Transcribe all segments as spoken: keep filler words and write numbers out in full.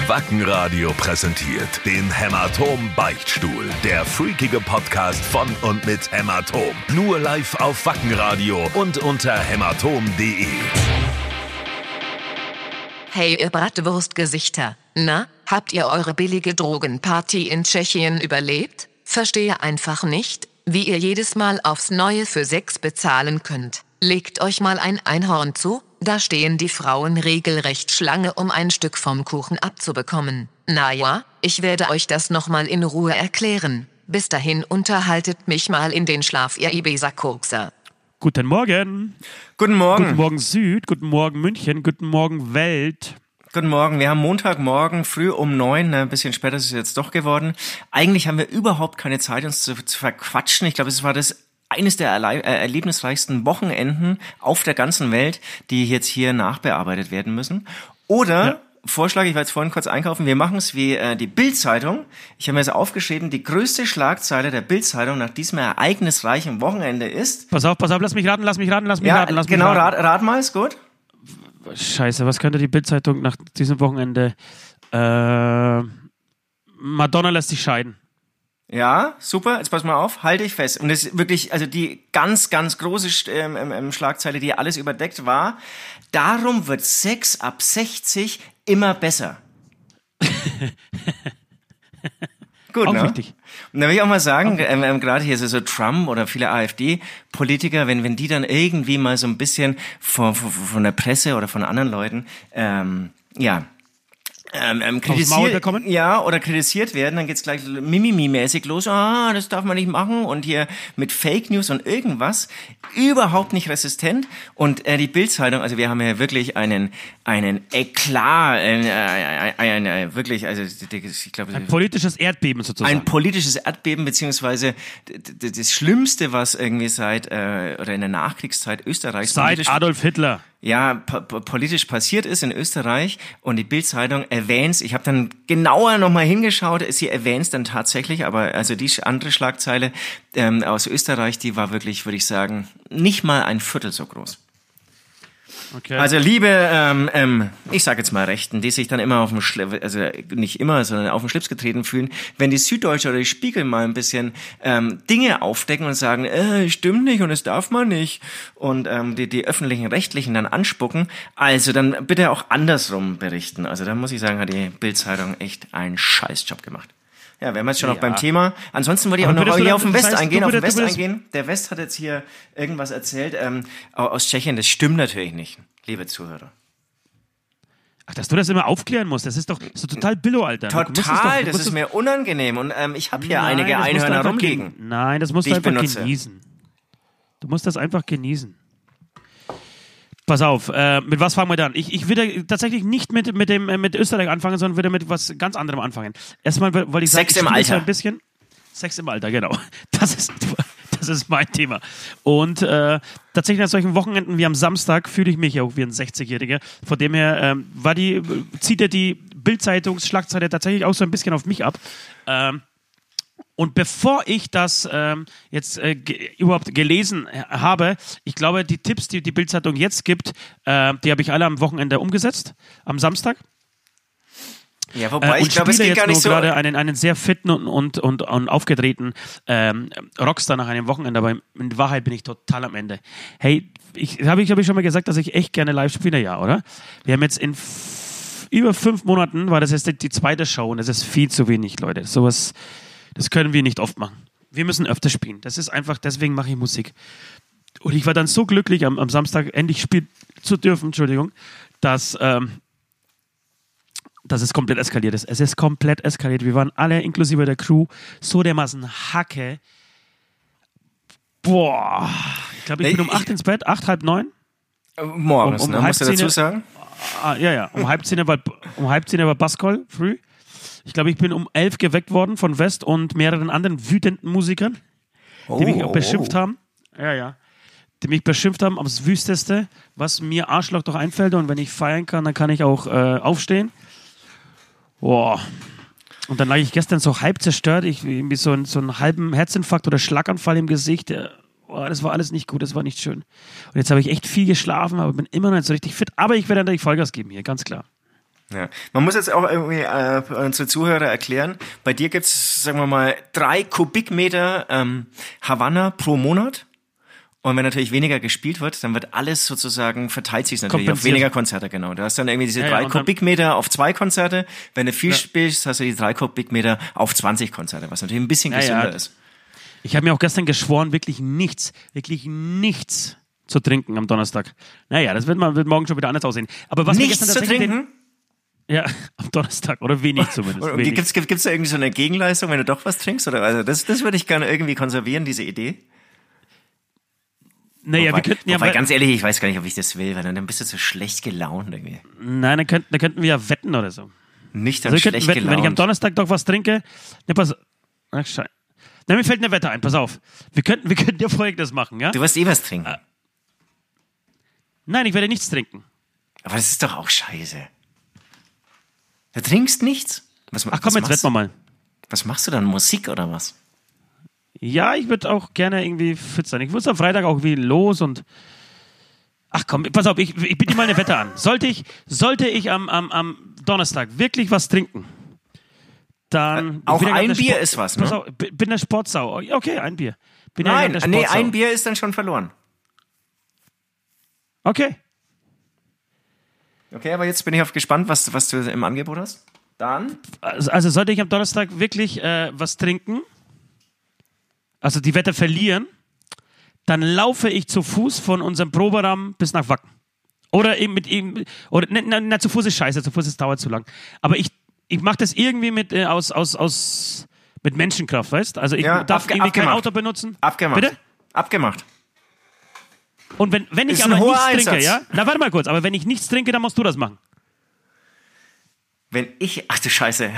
Wackenradio präsentiert den Hämatom-Beichtstuhl. Der freakige Podcast von und mit Hämatom. Nur live auf Wackenradio und unter hämatom punkt de. Hey ihr Bratwurstgesichter, na, habt ihr eure billige Drogenparty in Tschechien überlebt? Verstehe einfach nicht, wie ihr jedes Mal aufs Neue für Sex bezahlen könnt. Legt euch mal ein Einhorn zu, da stehen die Frauen regelrecht Schlange, um ein Stück vom Kuchen abzubekommen. Naja, ich werde euch das nochmal in Ruhe erklären. Bis dahin unterhaltet mich mal in den Schlaf, ihr Ibiza-Kokser. Guten Morgen. Guten Morgen. Guten Morgen Süd, guten Morgen München, guten Morgen Welt. Guten Morgen. Wir haben Montagmorgen früh um neun, ein bisschen später ist es jetzt doch geworden. Eigentlich haben wir überhaupt keine Zeit, uns zu, zu verquatschen. Ich glaube, es war das eines der erle- äh, erlebnisreichsten Wochenenden auf der ganzen Welt, die jetzt hier nachbearbeitet werden müssen. Oder... Ja. Vorschlag, ich war jetzt vorhin kurz einkaufen, wir machen es wie äh, die Bild-Zeitung. Ich habe mir das aufgeschrieben, die größte Schlagzeile der Bild-Zeitung nach diesem ereignisreichen Wochenende ist... Pass auf, pass auf, lass mich raten, lass mich raten, lass mich ja, raten, lass genau, mich raten. Rat, rat mal, ist gut. Scheiße, was könnte die Bild-Zeitung nach diesem Wochenende... Äh, Madonna lässt sich scheiden. Ja, super, jetzt pass mal auf, halte ich fest. Und das ist wirklich, also die ganz, ganz große ähm, ähm, Schlagzeile, die alles überdeckt war, darum wird Sex ab sechzig immer besser. Gut, auch ne? Richtig. Und da will ich auch mal sagen, ähm, ähm, gerade hier so, so Trump oder viele AfD-Politiker, wenn wenn die dann irgendwie mal so ein bisschen von, von, von der Presse oder von anderen Leuten, ähm, ja... Ähm, ähm, kritisiert, ja, oder kritisiert werden, dann geht's gleich Mimimi-mäßig los, ah, das darf man nicht machen und hier mit Fake News und irgendwas, überhaupt nicht resistent und äh, die Bild-Zeitung, also wir haben ja wirklich einen einen Eklat, äh, äh, äh, äh, wirklich, also ich glaube... Ein politisches Erdbeben sozusagen. Ein politisches Erdbeben, beziehungsweise d- d- das Schlimmste, was irgendwie seit, äh, oder in der Nachkriegszeit Österreichs... Seit Adolf Hitler. Ja, po- politisch passiert ist in Österreich und die Bild-Zeitung erwähnt, ich habe dann genauer nochmal hingeschaut, sie erwähnt dann tatsächlich, aber also die andere Schlagzeile ähm, aus Österreich, die war wirklich, würde ich sagen, nicht mal ein Viertel so groß. Okay. Also liebe, ähm, ähm, ich sage jetzt mal Rechten, die sich dann immer auf dem Schlips, also nicht immer, sondern auf den Schlips getreten fühlen, wenn die Süddeutsche oder die Spiegel mal ein bisschen ähm, Dinge aufdecken und sagen, äh, stimmt nicht und es darf man nicht und ähm, die, die öffentlichen Rechtlichen dann anspucken, also dann bitte auch andersrum berichten. Also da muss ich sagen, hat die Bild-Zeitung echt einen Scheißjob gemacht. Ja, wären wir jetzt schon ja. noch beim Thema. Ansonsten wollte ich Aber auch noch hier dann, auf den West das heißt, eingehen, auf den würdest, West eingehen. Der West hat jetzt hier irgendwas erzählt ähm, aus Tschechien. Das stimmt natürlich nicht, liebe Zuhörer. Ach, dass du das immer aufklären musst, das ist doch so total Billo, Alter. Total, doch, das ist mir unangenehm und ähm, ich habe hier Nein, einige das musst du Einhörner einfach rumliegen. Gen- Nein, das musst die du ich einfach benutze. genießen. Du musst das einfach genießen. Pass auf, äh, mit was fangen wir dann? Ich, ich würde tatsächlich nicht mit, mit, dem, äh, mit Österreich anfangen, sondern würde mit was ganz anderem anfangen. Erstmal wollte ich sagen, Sex ich im spiele Alter. ein bisschen. Sex im Alter, genau. Das ist, das ist mein Thema. Und äh, tatsächlich an solchen Wochenenden wie am Samstag fühle ich mich auch wie ein sechzigjähriger. Von dem her ähm, war die, zieht ja die Bild-Zeitungsschlagzeile tatsächlich auch so ein bisschen auf mich ab. Ähm, Und bevor ich das ähm, jetzt äh, ge- überhaupt gelesen äh, habe, ich glaube, die Tipps, die die Bild-Zeitung jetzt gibt, äh, die habe ich alle am Wochenende umgesetzt, am Samstag. Ja, wobei Äh, ich und glaube, es spiele geht jetzt gar nicht nur so... gerade einen, einen sehr fitten und, und, und, und aufgedrehten ähm, Rockstar nach einem Wochenende, aber in Wahrheit bin ich total am Ende. Hey, ich habe ich, hab ich schon mal gesagt, dass ich echt gerne live spiele, ja, oder? Wir haben jetzt in f- über fünf Monaten, war das jetzt die, die zweite Show und das ist viel zu wenig, Leute. Sowas... Das können wir nicht oft machen. Wir müssen öfter spielen. Das ist einfach, deswegen mache ich Musik. Und ich war dann so glücklich, am, am Samstag endlich spielen zu dürfen, Entschuldigung, dass, ähm, dass es komplett eskaliert ist. Es ist komplett eskaliert. Wir waren alle, inklusive der Crew, so dermaßen Hacke. Boah. Ich glaube, ich bin um acht ins Bett, acht, halb neun. Morgens, um, um ne, musst du dazu zehn, sagen? Ah, ja, ja. Um halb zehn war, um halb zehn war Baskol früh. Ich glaube, ich bin um elf geweckt worden von West und mehreren anderen wütenden Musikern, die Oh, mich auch beschimpft oh. haben. Ja, ja. Die mich beschimpft haben aufs Wüsteste, was mir Arschloch doch einfällt. Und wenn ich feiern kann, dann kann ich auch äh, aufstehen. Boah. Und dann lag ich gestern so halb zerstört. Ich irgendwie so, ein, so einen halben Herzinfarkt oder Schlaganfall im Gesicht. Äh, boah, das war alles nicht gut, das war nicht schön. Und jetzt habe ich echt viel geschlafen, aber bin immer noch nicht so richtig fit. Aber ich werde natürlich Vollgas geben hier, ganz klar. Ja. Man muss jetzt auch irgendwie äh, unsere Zuhörer erklären, bei dir gibt's, sagen wir mal, drei Kubikmeter ähm, Havanna pro Monat. Und wenn natürlich weniger gespielt wird, dann wird alles sozusagen, verteilt sich natürlich auf weniger Konzerte, genau. Du hast dann irgendwie diese ja, drei ja, Kubikmeter auf zwei Konzerte. Wenn du viel ja. spielst, hast du die drei Kubikmeter auf zwanzig Konzerte, was natürlich ein bisschen ja, gesünder ja. ist. Ich habe mir auch gestern geschworen, wirklich nichts, wirklich nichts zu trinken am Donnerstag. Naja, das wird, mal, wird morgen schon wieder anders aussehen. Aber was Nichts mir gestern zu tatsächlich trinken? Den, ja, am Donnerstag oder wenig zumindest. Und wenig. gibt's, gibt, gibt's da irgendwie so eine Gegenleistung, wenn du doch was trinkst? Oder also das, das würde ich gerne irgendwie konservieren, diese Idee. Naja, wobei, wir könnten ja wobei, mal, ganz ehrlich, ich weiß gar nicht, ob ich das will, weil dann bist du so schlecht gelaunt irgendwie. Nein, dann könnten, dann könnten wir ja wetten oder so. Nicht dann Also wir schlecht könnten wetten, gelaunt. wenn ich am Donnerstag doch was trinke. Ne, pass. Ach, Scheiße. Na, mir fällt eine Wette ein, pass auf. Wir könnten, wir könnten ja Folgendes machen, ja? Du wirst eh was trinken. Nein, ich werde nichts trinken. Aber das ist doch auch scheiße. Du trinkst nichts? Was, Ach komm, was jetzt machst, wetten wir mal. Was machst du dann? Musik oder was? Ja, ich würde auch gerne irgendwie fit sein. Ich muss am Freitag auch irgendwie los und. Ach komm, pass auf, ich, ich biete dir mal eine Wette an. Sollte ich, sollte ich am, am, am Donnerstag wirklich was trinken, dann. Äh, auch ich bin ja ein der Bier Sport, ist was, ne? Pass auf, bin bin der Sportsau. Okay, ein Bier. Bin Nein, ja der nee, Sportsau. ein Bier ist dann schon verloren. Okay. Okay, aber jetzt bin ich auf gespannt, was, was du im Angebot hast. Dann? Also, also sollte ich am Donnerstag wirklich äh, was trinken, also die Wette verlieren, dann laufe ich zu Fuß von unserem Proberaum bis nach Wacken. Oder eben mit ihm, oder ne, ne, ne, zu Fuß ist scheiße, zu Fuß ist dauert zu lang. Aber ich, ich mache das irgendwie mit äh, aus, aus, aus mit Menschenkraft, weißt? Also ich Ja, darf abge- irgendwie kein abgemacht. Auto benutzen. Abgemacht. Bitte? Abgemacht. Und wenn, wenn ich Ist ein aber hoher nichts trinke, Einsatz. ja? Na, warte mal kurz, aber wenn ich nichts trinke, dann musst du das machen. Wenn ich, ach du Scheiße.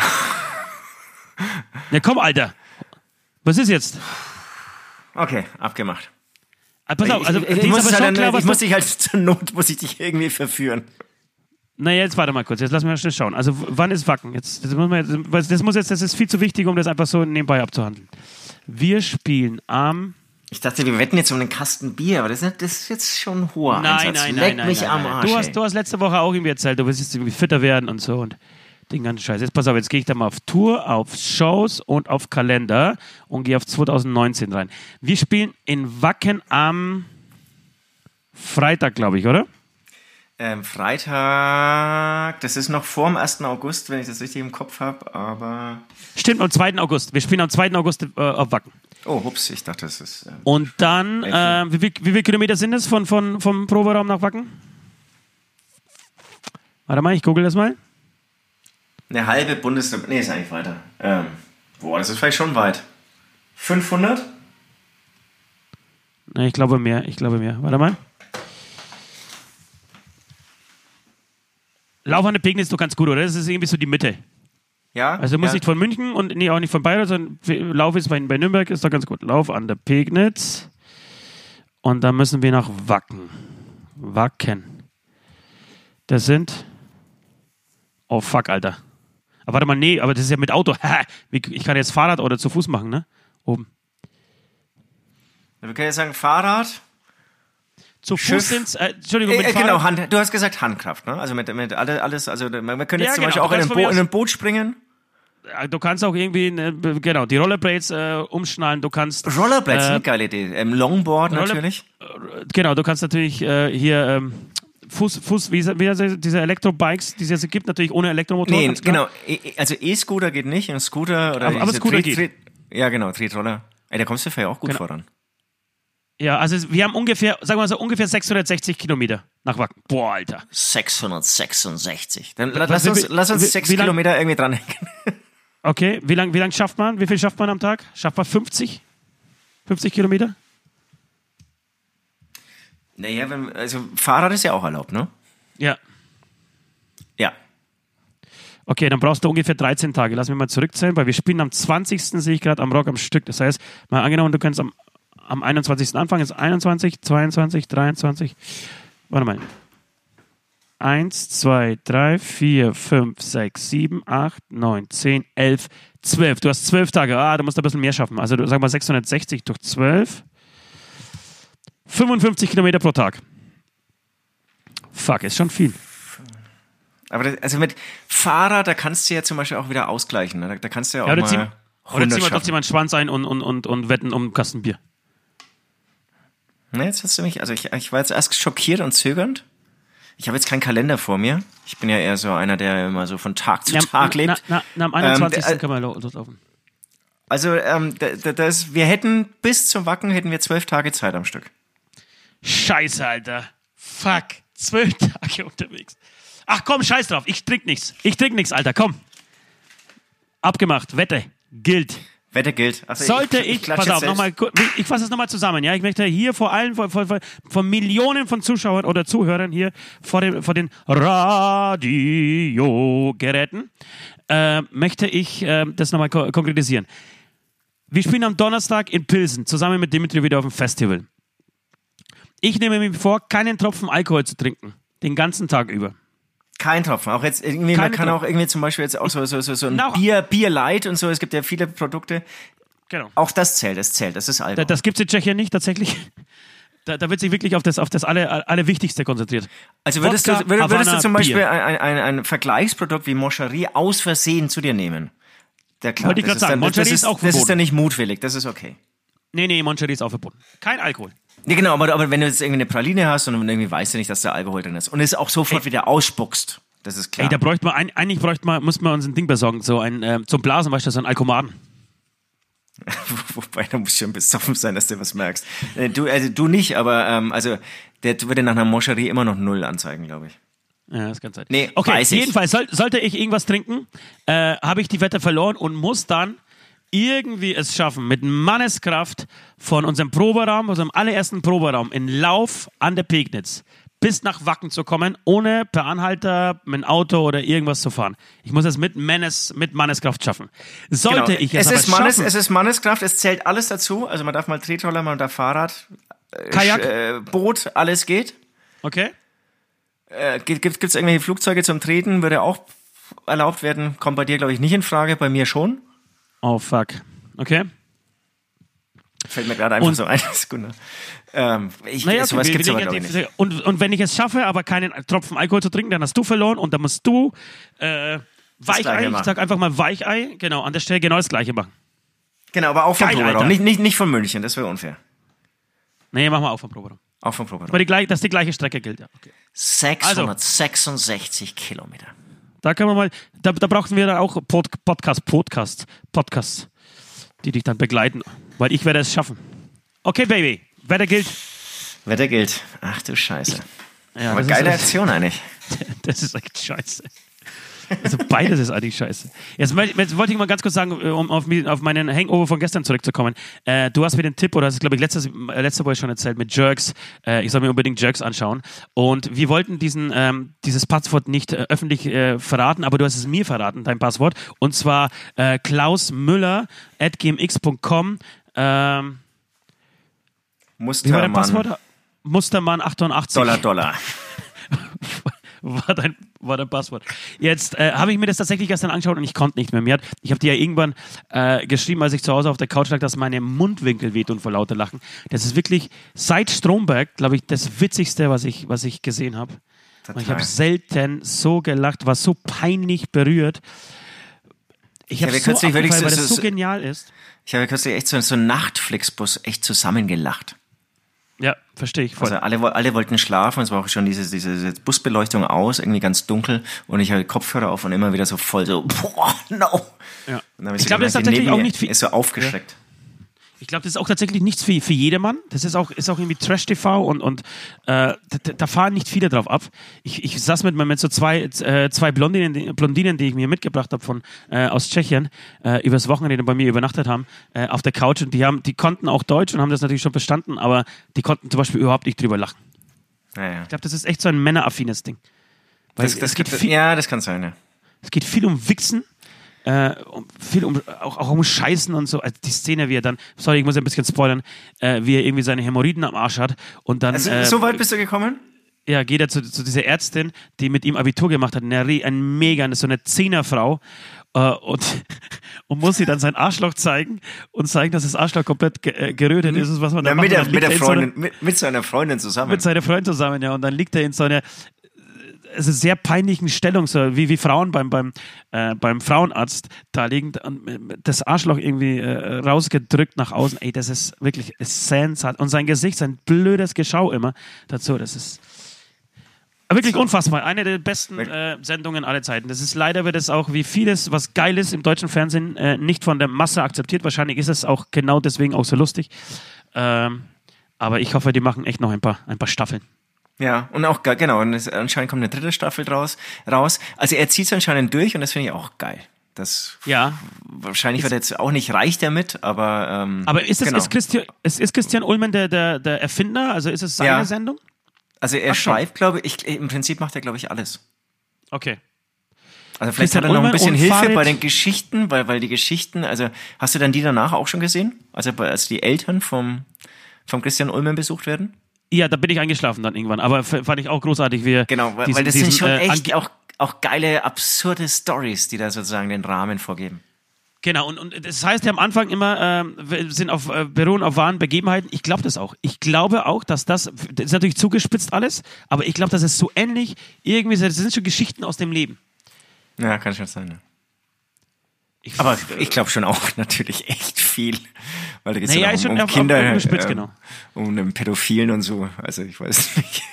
Na komm, Alter. Was ist jetzt? Okay, abgemacht. Ah, pass auf, also ich, ich, dir ich, ist muss aber halt schon dann, klar, was ich muss du- dich halt zur Not, muss ich dich irgendwie verführen. Naja, jetzt warte mal kurz, jetzt lass mich mal schnell schauen. Also, w- wann ist Wacken? Jetzt, das, muss man jetzt, weil das muss jetzt, das ist viel zu wichtig, um das einfach so nebenbei abzuhandeln. Wir spielen am. Ich dachte, wir wetten jetzt um einen Kasten Bier, aber das ist, das ist jetzt schon ein hoher Nein, Einsatz. nein, Leck nein, nein. mich nein, am nein. Arsch. Du, hast, ey. du hast letzte Woche auch irgendwie erzählt, du willst jetzt irgendwie fitter werden und so und den ganzen Scheiß. Jetzt pass auf, jetzt gehe ich da mal auf Tour, auf Shows und auf Kalender und gehe auf zwanzig neunzehn rein. Wir spielen in Wacken am Freitag, glaube ich, oder? Ähm, Freitag, das ist noch vor dem ersten August, wenn ich das richtig im Kopf habe, aber... Stimmt, am zweiten August. Wir spielen am zweiten August äh, auf Wacken. Oh, hups, ich dachte, das ist... Ähm, Und dann, äh, wie, viel- wie viele Kilometer sind es von, von, vom Proberaum nach Wacken? Warte mal, ich google das mal. eine halbe Bundesrepublik... Nee, ist eigentlich weiter. Ähm, boah, das ist vielleicht schon weit. fünfhundert? Nee, ich glaube mehr, ich glaube mehr. Warte mal. Lauf an der Pegnitz ist doch ganz gut, oder? Das ist irgendwie so die Mitte. Ja? Also du musst ja. nicht von München und nee, auch nicht von Bayreuth, sondern Lauf ist bei, bei Nürnberg, ist doch ganz gut. Lauf an der Pegnitz und dann müssen wir nach Wacken. Wacken. Das sind... Oh fuck, Alter. Aber warte mal, nee, aber das ist ja mit Auto. Ich kann jetzt Fahrrad oder zu Fuß machen, ne? Oben. Wir können jetzt sagen, Fahrrad... Zu Schiff. Fuß sind äh, Entschuldigung, mit Äh, Fahrrad. genau, Hand, du hast gesagt Handkraft, ne? Also mit, mit alle, alles, also man könnte jetzt Ja, zum genau, Beispiel auch du in ein, kannst von Bo mir aus- in ein Boot springen. Ja, Du kannst auch irgendwie, ne, genau, die Rollerblades äh, umschnallen, du kannst... Rollerblades, äh, eine geile Idee. Ähm, Longboard Roller- natürlich. äh, Genau, du kannst natürlich äh, hier ähm, Fuß, Fuß, wie, ist- wie heißt das, diese Elektrobikes, die es gibt, natürlich ohne Elektromotor. Nee, ganz klar. genau. E- Also E-Scooter geht nicht, ein Scooter oder Aber- aber diese Scooter Tret- geht. Tret- Ja, genau, Tretroller. Ey, da kommst du vielleicht auch gut Genau. voran. Ja, also wir haben ungefähr, sagen wir mal so, ungefähr sechshundertsechzig Kilometer nach Wacken. Boah, Alter. sechshundertsechsundsechzig. Dann Was- lass uns, wie- lass uns wie- sechs wie lang- Kilometer irgendwie dranhängen. Okay, wie lange wie lang schafft man? Wie viel schafft man am Tag? Schafft man fünfzig? fünfzig Kilometer? Naja, wenn, also Fahrrad ist ja auch erlaubt, ne? Ja. Ja. Okay, dann brauchst du ungefähr dreizehn Tage. Lass mich mal zurückzählen, weil wir spielen am zwanzigsten sehe ich gerade am Rock am Stück. Das heißt, mal angenommen, du kannst am, am einundzwanzigsten anfangen, ist einundzwanzig, zweiundzwanzig, dreiundzwanzig. Warte mal. eins, zwei, drei, vier, fünf, sechs, sieben, acht, neun, zehn, elf, zwölf. Du hast zwölf Tage. Ah, du musst ein bisschen mehr schaffen. Also du sag mal sechshundertsechzig durch zwölf. fünfundfünfzig Kilometer pro Tag. Fuck, ist schon viel. Aber das, also mit Fahrrad, da kannst du ja zum Beispiel auch wieder ausgleichen. Ne? Da, da kannst du ja auch ja, oder mal zieh, Oder zieh mal schaffen. trotzdem einen Schwanz ein und, und, und, und wetten um einen Kasten Bier. Ne, jetzt hast du mich, also ich, ich war jetzt erst schockiert und zögernd. Ich habe jetzt keinen Kalender vor mir. Ich bin ja eher so einer, der immer so von Tag zu Ja, Tag lebt. Na, na, na, am einundzwanzigsten Ähm, können wir loslaufen. Also ähm, da, das, wir hätten bis zum Wacken hätten wir zwölf Tage Zeit am Stück. Scheiße, Alter. Fuck. Zwölf Tage unterwegs. Ach komm, scheiß drauf. Ich trink nichts. Ich trink nichts, Alter. Komm. Abgemacht. Wette. Gilt. Wette gilt. Also Sollte ich, ich, ich pass auf, nochmal, ich fasse es nochmal zusammen, ja, ich möchte hier vor allem, vor, vor, vor Millionen von Zuschauern oder Zuhörern hier vor, dem, vor den Radiogeräten, äh, möchte ich äh, das nochmal ko- konkretisieren. Wir spielen am Donnerstag in Pilsen, zusammen mit Dimitri wieder auf dem Festival. Ich nehme mir vor, keinen Tropfen Alkohol zu trinken, den ganzen Tag über. Kein Tropfen. Auch jetzt irgendwie, Keine man kann Tropfen. auch irgendwie zum Beispiel jetzt auch so, so, so, so ein No. Bier, Bier Light und so. Es gibt ja viele Produkte. Genau. Auch das zählt, das zählt. Das ist Alkohol. Da, das gibt es in Tschechien nicht, tatsächlich. Da, da wird sich wirklich auf das, auf das alle, alle Wichtigste konzentriert. Also würdest Wodka, du, würdest, würdest du Havana, zum Beispiel Bier. ein, ein, ein Vergleichsprodukt wie Moncherie aus Versehen zu dir nehmen? Der klar, Wollte ich das grad ist sagen, dann, das, Moncherie ist, ist auch das ist verboten. dann nicht mutwillig, das ist okay. Nee, nee, Moncherie ist auch verboten. Kein Alkohol. Ja, genau, aber, aber wenn du jetzt irgendwie eine Praline hast und irgendwie weißt du nicht, dass da Alkohol drin ist und es auch sofort wieder ausspuckst, das ist klar. Ey, da bräuchte man, ein, eigentlich bräuchte man, muss man uns ein Ding besorgen, so ein, ähm, zum Blasen, weißt du, so ein Alkomaden. Wobei, da musst du schon besoffen sein, dass du was merkst. Äh, Du, also du nicht, aber ähm, also der würde nach einer Moscherie immer noch null anzeigen, glaube ich. Ja, das kann sein. Nee, okay, weiß ich. jedenfalls, soll, sollte ich irgendwas trinken, äh, habe ich die Wette verloren und muss dann irgendwie es schaffen, mit Manneskraft von unserem Proberaum, unserem allerersten Proberaum in Lauf an der Pegnitz bis nach Wacken zu kommen, ohne per Anhalter, mit dem Auto oder irgendwas zu fahren. Ich muss es mit, Mannes, mit Manneskraft schaffen. Sollte ich es, es, aber ist Mannes, schaffen, es ist Manneskraft, es zählt alles dazu. Also man darf mal Tretroller, man darf Fahrrad, äh, Kajak? Sch- äh, Boot, alles geht. okay? Äh, gibt es irgendwelche Flugzeuge zum Treten? Würde auch erlaubt werden. Kommt bei dir, glaube ich, nicht in Frage, bei mir schon. Oh, fuck. Okay? Fällt mir gerade einfach Und- so ein. Sekunde. Ähm, ich, Naja, sowas okay, gibt's wir aber, legen glaube ich, ja nicht. die- und, und wenn ich es schaffe, aber keinen Tropfen Alkohol zu trinken, dann hast du verloren und dann musst du äh, Gleiche Weichei, ich machen. sag einfach mal Weichei, genau, an der Stelle genau das Gleiche machen. Genau, aber auch vom Geil, Proberaum. Alter. Nicht, nicht, nicht von München, das wäre unfair. Nee, machen wir auch vom Proberaum. Auch vom Proberaum. Aber die, gleich- dass die gleiche Strecke gilt, ja. Okay. sechshundertsechsundsechzig Kilometer. Da können wir mal, da, da brauchen wir dann auch Pod, Podcast, Podcast, Podcasts, die dich dann begleiten, weil ich werde es schaffen. Okay, Baby, Wetter gilt. Wetter gilt. Ach du Scheiße. Ja, aber das geile ist, Aktion eigentlich. Das ist echt scheiße. Also beides ist eigentlich scheiße. Jetzt, möcht- jetzt wollte ich mal ganz kurz sagen, um auf, mi- auf meinen Hangover von gestern zurückzukommen. Äh, du hast mir den Tipp, oder hast es, glaube ich, letztes, äh, letzte Woche schon erzählt, mit Jerks. Äh, ich soll mir unbedingt Jerks anschauen. Und wir wollten diesen, ähm, dieses Passwort nicht äh, öffentlich äh, verraten, aber du hast es mir verraten, dein Passwort. Und zwar äh, klausmüller at gmx punkt com. Ähm, wie war dein Mustermann. Passwort? Mustermann achtundachtzig. Dollar, Dollar. war dein, war dein Passwort. Jetzt äh, habe ich mir das tatsächlich gestern angeschaut und ich konnte nicht mehr. Mir hat, ich habe dir ja irgendwann äh, geschrieben, als ich zu Hause auf der Couch lag, dass meine Mundwinkel wehtun vor lauter Lachen. Das ist wirklich seit Stromberg, glaube ich, das Witzigste, was ich, was ich gesehen habe. Und ich habe selten so gelacht, war so peinlich berührt. Ich habe Ja, wir so kürzlich wirklich abgefallen, weil so- das so so- genial ist. Ich habe kürzlich echt so, so einen Nachtflixbus echt zusammengelacht. Ja, verstehe ich voll. Also alle, wo- alle wollten schlafen, es war auch schon diese, diese Busbeleuchtung aus, irgendwie ganz dunkel und ich hatte Kopfhörer auf und immer wieder so voll so, boah, no. ja. Und dann hab Ich so glaube, das ist gemerkt, die tatsächlich neben auch mir nicht viel. ist so aufgeschreckt. Ich glaube, das ist auch tatsächlich nichts für, für jedermann. Das ist auch, ist auch irgendwie Trash-T V und, und äh, da, da fahren nicht viele drauf ab. Ich, ich saß mit, mit so zwei, äh, zwei Blondinen, die, Blondinen, die ich mir mitgebracht habe von äh, aus Tschechien, äh, übers Wochenende bei mir übernachtet haben, äh, auf der Couch und die haben, die konnten auch Deutsch und haben das natürlich schon verstanden, aber die konnten zum Beispiel überhaupt nicht drüber lachen. Naja. Ich glaube, das ist echt so ein männeraffines Ding. Weil Das, das es, geht kann, viel, ja, das kann sein, ja. es geht viel um Wichsen. Äh, um, viel um, auch, auch um Scheißen und so. Also die Szene, wie er dann, sorry, ich muss ein bisschen spoilern, äh, wie er irgendwie seine Hämorrhoiden am Arsch hat und dann Also, äh, so weit bist du gekommen? ja, geht er zu, zu dieser Ärztin, die mit ihm Abitur gemacht hat, eine, Re- ein mega, so eine Zehnerfrau äh, und, und muss sie dann sein Arschloch zeigen und zeigen, dass das Arschloch komplett ge äh, gerötet ist, was man Na, da mit, macht. Und der, dann mit, liegt der er in so einer- Freundin, mit, mit seiner Freundin zusammen. mit seiner Freundin zusammen, ja, und dann liegt er in so einer also sehr peinlichen Stellung, so wie, wie Frauen beim, beim, äh, beim Frauenarzt da liegen und das Arschloch irgendwie äh, rausgedrückt nach außen. Ey, das ist wirklich sensationell. Und sein Gesicht, sein blödes Geschau immer dazu, das ist wirklich unfassbar. Eine der besten äh, Sendungen aller Zeiten. Das ist leider, wird es auch wie vieles, was geil ist im deutschen Fernsehen, äh, nicht von der Masse akzeptiert. Wahrscheinlich ist es auch genau deswegen auch so lustig. Ähm, aber ich hoffe, die machen echt noch ein paar, ein paar Staffeln. Ja, und auch, genau, und es, anscheinend kommt eine dritte Staffel draus, raus. Also er zieht es anscheinend durch und das finde ich auch geil. Das ja. Wahrscheinlich wird er jetzt auch nicht reich damit, aber ähm, Aber ist, es, genau. ist, Christian, ist, ist Christian Ullmann der, der, der Erfinder? Also ist es seine ja. Sendung? Also er Ach, schreibt, glaube ich, im Prinzip macht er, glaube ich, alles. Okay. Also vielleicht Christian hat er noch ein Ullmann bisschen und Hilfe Farid. bei den Geschichten, weil, weil die Geschichten, also hast du dann die danach auch schon gesehen? Also als die Eltern vom, vom Christian Ullmann besucht werden? Ja, da bin ich eingeschlafen dann irgendwann. Aber f- fand ich auch großartig, wie er Genau, weil, diesen, weil das diesen, sind schon äh, echt ange- auch, auch geile, absurde Stories, die da sozusagen den Rahmen vorgeben. Genau, und, und das heißt ja am Anfang immer, ähm, wir sind auf, äh, beruhen auf wahren Begebenheiten. Ich glaube das auch. Ich glaube auch, dass das, das ist natürlich zugespitzt alles, aber ich glaube, das ist so ähnlich, irgendwie, das sind schon Geschichten aus dem Leben. Ja, kann schon sein, ja. Ich, Aber ich glaube schon auch natürlich echt viel. Weil da geht es Naja, ja ist um, schon um auf- auf- Kinder, umgespitzt, ähm, genau. um einen Pädophilen und so. Also ich weiß nicht.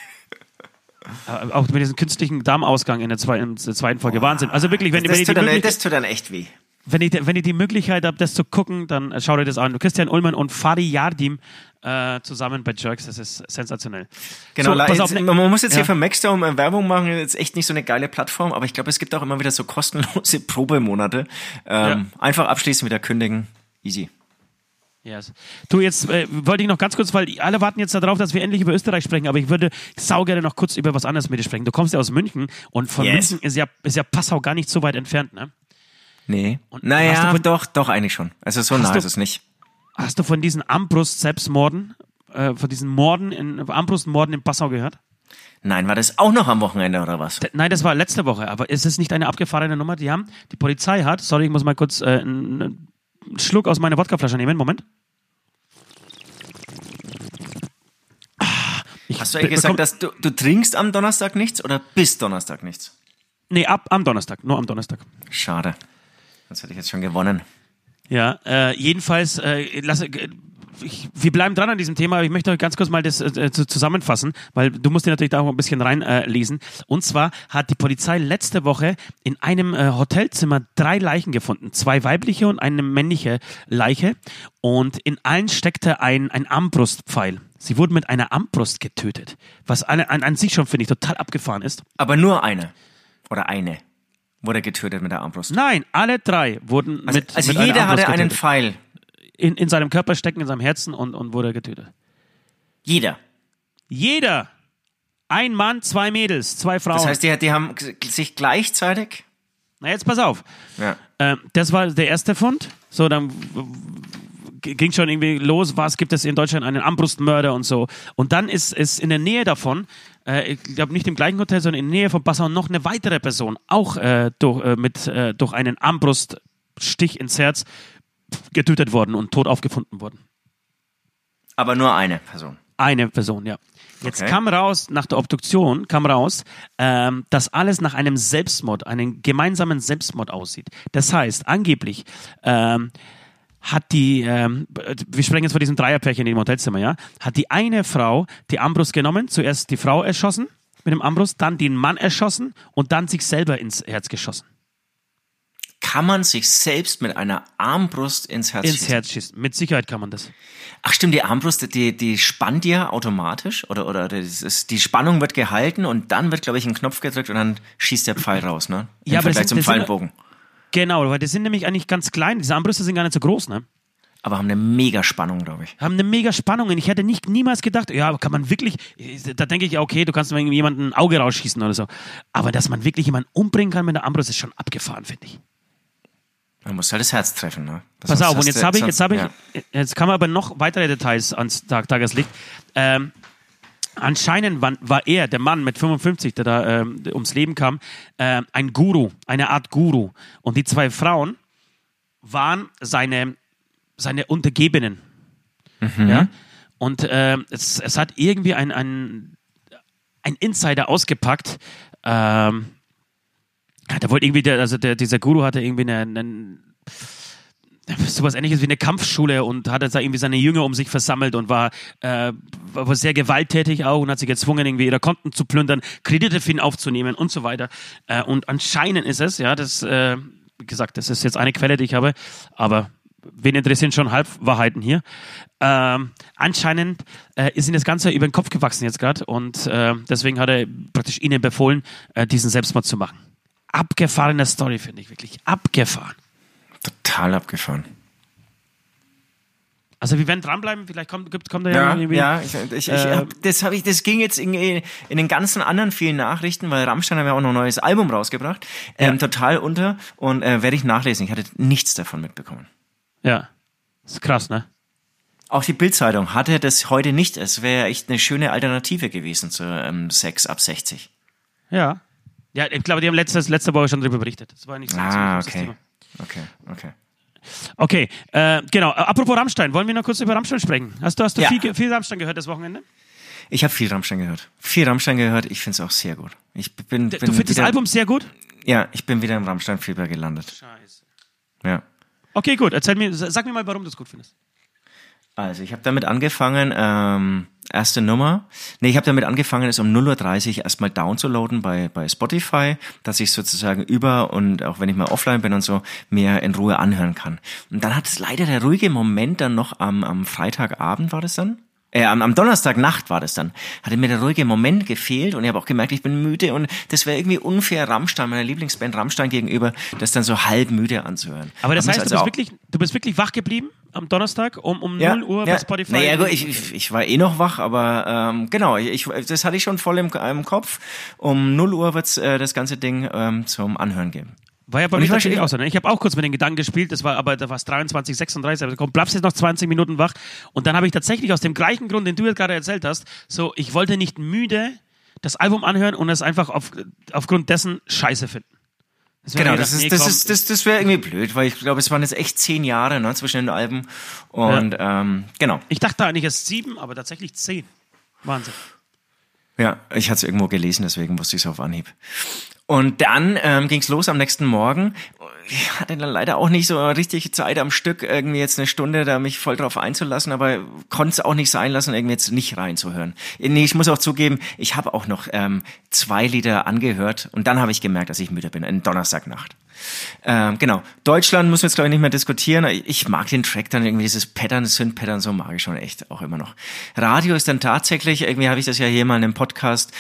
Äh, auch mit diesem künstlichen Darmausgang in der zweiten, in der zweiten Folge. Wahnsinn. Also wirklich, wenn, das, wenn, das, ich die tut dann, Möglichkeit, das tut dann echt weh. wenn, ich, wenn ich die Möglichkeit habe, das zu gucken, dann äh, schaut euch das an. Christian Ullmann und Fadi Yardim äh, zusammen bei Jerks, das ist sensationell. Genau, So, le- pass auf, jetzt, ne- man muss jetzt ja. hier für Maxdome äh, Werbung machen, jetzt echt nicht so eine geile Plattform, aber ich glaube, es gibt auch immer wieder so kostenlose Probemonate. Ähm, ja. Einfach abschließen, wieder kündigen. Easy. Yes. Du, jetzt äh, wollte ich noch ganz kurz, weil die alle warten jetzt darauf, dass wir endlich über Österreich sprechen, aber ich würde saugerne noch kurz über was anderes mit dir sprechen. Du kommst ja aus München und von Yes. München ist ja, ist ja Passau gar nicht so weit entfernt, ne? Nee. Und naja, hast du von- doch, doch, eigentlich schon. Also so Hast nah du- ist es nicht. Hast du von diesen Armbrust-Selbstmorden, äh, von diesen Morden, in, Armbrustmorden in Passau gehört? Nein, war das auch noch am Wochenende oder was? D- Nein, das war letzte Woche, aber ist es nicht eine abgefahrene Nummer? Die haben, die Polizei hat, sorry, ich muss mal kurz äh, einen, einen Schluck aus meiner Wodkaflasche nehmen, Moment. Ich Hast du eigentlich bekomm- gesagt, dass du, du trinkst am Donnerstag nichts oder bis Donnerstag nichts? Nee, ab am Donnerstag, nur am Donnerstag. Schade. Das hätte ich jetzt schon gewonnen. Ja, äh, jedenfalls, äh, lass, äh, ich, wir bleiben dran an diesem Thema, aber ich möchte euch ganz kurz mal das äh, zusammenfassen, weil du musst dir natürlich da auch ein bisschen reinlesen. Äh, Und zwar hat die Polizei letzte Woche in einem äh, Hotelzimmer drei Leichen gefunden. Zwei weibliche und eine männliche Leiche. Und in allen steckte ein, ein Armbrustpfeil. Sie wurden mit einer Armbrust getötet. Was an, an, an sich schon, finde ich, total abgefahren ist. Aber nur eine. Oder eine. Wurde getötet mit der Armbrust. Nein, alle drei wurden Also, mit, also mit einer jeder Armbrust hatte einen getötet. Pfeil. In, in seinem Körper stecken, in seinem Herzen und, und wurde getötet. Jeder. Jeder. Ein Mann, zwei Mädels, zwei Frauen. Das heißt, die, die haben g- sich gleichzeitig... Na jetzt pass auf. Ja. Ähm, das war der erste Fund. So, dann g- ging schon irgendwie los, was gibt es in Deutschland, einen Armbrustmörder und so. Und dann ist es in der Nähe davon, äh, ich glaube nicht im gleichen Hotel, sondern in der Nähe von Passau noch eine weitere Person, auch äh, durch, äh, mit, äh, durch einen Armbruststich ins Herz getötet worden und tot aufgefunden worden. Aber nur eine Person. Eine Person, ja. Jetzt Okay. kam raus, nach der Obduktion kam raus, ähm, dass alles nach einem Selbstmord, einem gemeinsamen Selbstmord aussieht. Das heißt, angeblich ähm, hat die, ähm, wir sprechen jetzt von diesem Dreierpärchen in dem Hotelzimmer, ja, hat die eine Frau die Armbrust genommen, zuerst die Frau erschossen mit dem Armbrust, dann den Mann erschossen und dann sich selber ins Herz geschossen. Kann man sich selbst mit einer Armbrust ins Herz Ins schießen? Herz schießen. Mit Sicherheit kann man das. Ach stimmt, die Armbrust, die, die spannt ja automatisch oder, oder das ist, die Spannung wird gehalten und dann wird, glaube ich, ein Knopf gedrückt und dann schießt der Pfeil raus, ne? Im Ja, aber das Vergleich sind- zum das sind- Pfeilenbogen. Genau, weil die sind nämlich eigentlich ganz klein. Diese Armbrüste sind gar nicht so groß, ne? Aber haben eine mega Spannung, glaube ich. Haben eine mega Spannung. Und ich hätte nicht niemals gedacht, ja, aber kann man wirklich, da denke ich ja, okay, du kannst mal jemanden ein Auge rausschießen oder so. Aber dass man wirklich jemanden umbringen kann mit der Armbrust, ist schon abgefahren, finde ich. Man muss halt das Herz treffen, ne? Das Pass sonst auf, und hast jetzt du- habe ich, jetzt habe ich, ja. jetzt kamen aber noch weitere Details ans Tag, Tageslicht. Ähm, anscheinend war, war er, der Mann mit fünfundfünfzig, der da ähm, ums Leben kam, ähm, ein Guru, eine Art Guru. Und die zwei Frauen waren seine, seine Untergebenen. Ja? Und ähm, es, es hat irgendwie ein, ein, ein Insider ausgepackt, ähm, da wollte irgendwie, der, also der, dieser Guru hatte irgendwie einen, einen sowas Ähnliches wie eine Kampfschule und hat jetzt da irgendwie seine Jünger um sich versammelt und war, äh, war sehr gewalttätig auch und hat sich gezwungen, irgendwie ihre Konten zu plündern, Kredite für ihn aufzunehmen und so weiter. Äh, und anscheinend ist es, ja, das, äh, wie gesagt, das ist jetzt eine Quelle, die ich habe, aber wen interessieren schon Halbwahrheiten hier? Ähm, anscheinend äh, ist ihm das Ganze über den Kopf gewachsen jetzt gerade und äh, deswegen hat er praktisch ihnen befohlen, äh, diesen Selbstmord zu machen. Abgefahrene Story, finde ich wirklich. Abgefahren. Total abgefahren. Also wir werden dranbleiben, vielleicht kommt, kommt, kommt da ja, ja irgendwie... Ja, ich, ich, ich, äh, das, hab ich, das ging jetzt in, in den ganzen anderen vielen Nachrichten, weil Rammstein haben ja auch noch ein neues Album rausgebracht, ähm, ja. total unter und äh, werde ich nachlesen. Ich hatte nichts davon mitbekommen. Ja, das ist krass, ne? Auch die Bild-Zeitung hatte das heute nicht. Es wäre echt eine schöne Alternative gewesen zu ähm, Sex ab sechzig. Ja. Ja, ich glaube, die haben letztes, letzte Woche schon darüber berichtet. Das war nicht so Ah, ein okay. Thema. Okay, okay. Okay, äh, genau. Apropos Rammstein, wollen wir noch kurz über Rammstein sprechen? Hast du, hast du Ja. viel, viel Rammstein gehört das Wochenende? Ich habe viel Rammstein gehört. Viel Rammstein gehört. Ich finde es auch sehr gut. Ich bin, bin Du findest wieder, das Album sehr gut? Ja, ich bin wieder im Rammstein-Fieber gelandet. Scheiße. Ja. Okay, gut. Erzähl mir, sag mir mal, warum du es gut findest. Also ich habe damit angefangen, ähm, erste Nummer. Nee, ich habe damit angefangen, es um null Uhr dreißig erstmal downzuladen bei bei Spotify, dass ich sozusagen über und auch wenn ich mal offline bin und so, mir in Ruhe anhören kann. Und dann hat es leider der ruhige Moment dann noch am am Freitagabend war das dann? Äh, am, am Donnerstagnacht war das dann. Hatte mir der ruhige Moment gefehlt und ich habe auch gemerkt, ich bin müde und das wäre irgendwie unfair Rammstein, meiner Lieblingsband Rammstein gegenüber, das dann so halb müde anzuhören. Aber das Hab heißt, mich du bist auch- wirklich, du bist wirklich wach geblieben am Donnerstag um, um Ja, null Uhr ja. bei Spotify? Naja, gut, ich, ich, ich war eh noch wach, aber ähm, genau, ich, das hatte ich schon voll im, im Kopf. Um null Uhr wird's äh, das ganze Ding ähm, zum Anhören geben. War ja bei Und mir ich war tatsächlich schon- auch so. Ne? Ich habe auch kurz mit den Gedanken gespielt, das war aber da war es dreiundzwanzig, sechsunddreißig, aber komm, bleibst jetzt noch zwanzig Minuten wach. Und dann habe ich tatsächlich aus dem gleichen Grund, den du jetzt gerade erzählt hast, so, ich wollte nicht müde das Album anhören und es einfach auf, aufgrund dessen scheiße finden. Deswegen Genau, hab ich das gedacht, ist, nee, das komm, ist, das, das wäre irgendwie blöd, weil ich glaube, es waren jetzt echt zehn Jahre ne, zwischen den Alben und ähm, genau. Ich dachte eigentlich erst sieben, aber tatsächlich zehn. Wahnsinn. Ja, ich hatte es irgendwo gelesen, deswegen wusste ich es auf Anhieb. Und dann ähm, ging's los am nächsten Morgen. Ich hatte dann leider auch nicht so richtig Zeit am Stück, irgendwie jetzt eine Stunde da mich voll drauf einzulassen, aber konnte es auch nicht sein lassen, irgendwie jetzt nicht reinzuhören. Nee, ich muss auch zugeben, ich habe auch noch ähm, zwei Lieder angehört und dann habe ich gemerkt, dass ich müde bin, in Donnerstagnacht. Ähm, genau. Deutschland müssen wir jetzt, glaube ich, nicht mehr diskutieren. Ich mag den Track dann irgendwie, dieses Pattern, Synth-Pattern, so mag ich schon echt auch immer noch. Radio ist dann tatsächlich, irgendwie habe ich das ja hier mal in einem Podcast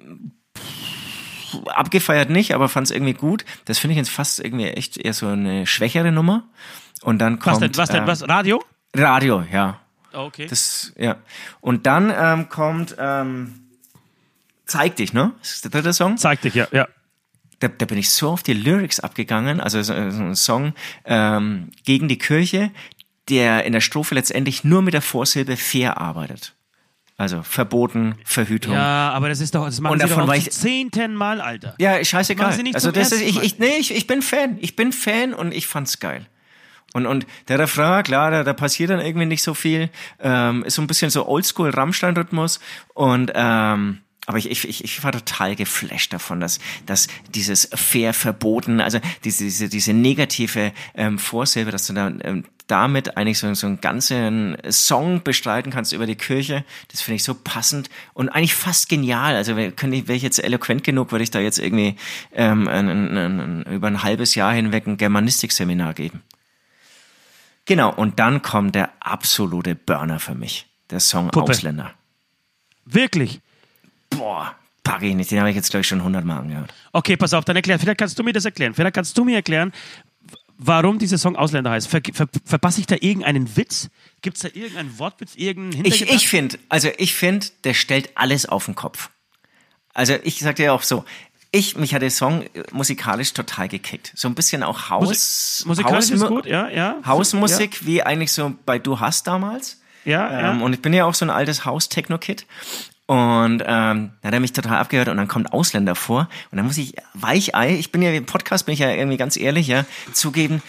abgefeiert nicht, aber fand es irgendwie gut. Das finde ich jetzt fast irgendwie echt eher so eine schwächere Nummer. Und dann kommt... Was denn, was denn, ähm, was? Radio? Radio, ja. Oh, okay. Das, ja. Und dann ähm, kommt ähm, Zeig dich, ne? Das ist der dritte Song. Zeig dich, ja, ja. Da, da bin ich so auf die Lyrics abgegangen, also so, so ein Song ähm, gegen die Kirche, der in der Strophe letztendlich nur mit der Vorsilbe fair arbeitet. Also verboten, Verhütung. Ja, aber das ist doch, das machen Und sie davon doch war auch ich- zum zehnten Mal, Alter. Ja, scheißegal. Machen sie nicht Also zum das ist, ersten ich, Mal. ich, nee, ich, ich bin Fan. Ich bin Fan und ich fand's geil. Und, und der Refrain, klar, da, da passiert dann irgendwie nicht so viel. Ähm, ist so ein bisschen so Oldschool-Rammstein-Rhythmus. Und, ähm, aber ich, ich, ich, ich war total geflasht davon, dass, dass dieses fair verboten, also diese, diese, diese negative ähm, Vorsilbe, dass du da ähm, damit eigentlich so, so einen ganzen Song bestreiten kannst über die Kirche, das finde ich so passend und eigentlich fast genial. Also könnte ich, wäre ich jetzt eloquent genug, würde ich da jetzt irgendwie ähm, ein, ein, ein, über ein halbes Jahr hinweg ein Germanistik-Seminar geben. Genau, und dann kommt der absolute Burner für mich, der Song Puppe. Ausländer. Wirklich? Boah, pack ich nicht, den habe ich jetzt, glaube ich, schon hundertmal angehört. Okay, pass auf, dann erklär. Vielleicht kannst du mir das erklären. Vielleicht kannst du mir erklären, warum dieser Song Ausländer heißt. Ver, ver, verpasse ich da irgendeinen Witz? Gibt es da irgendeinen Wortwitz, irgendeinen Ich, Hintergedanken? ich finde, also ich finde, der stellt alles auf den Kopf. Also ich sag dir auch so, ich, mich hat der Song musikalisch total gekickt. So ein bisschen auch Haus... Musik, musikalisch ist Hausmu- gut, ja, ja. Hausmusik, wie eigentlich so bei Du hast damals. Ja, ja. Ähm, ja. und ich bin ja auch so ein altes Haus-Techno-Kid. Und ähm, dann hat er mich total abgehört und dann kommt Ausländer vor. Und dann muss ich Weichei, ich bin ja im Podcast, bin ich ja irgendwie ganz ehrlich, ja, zugeben,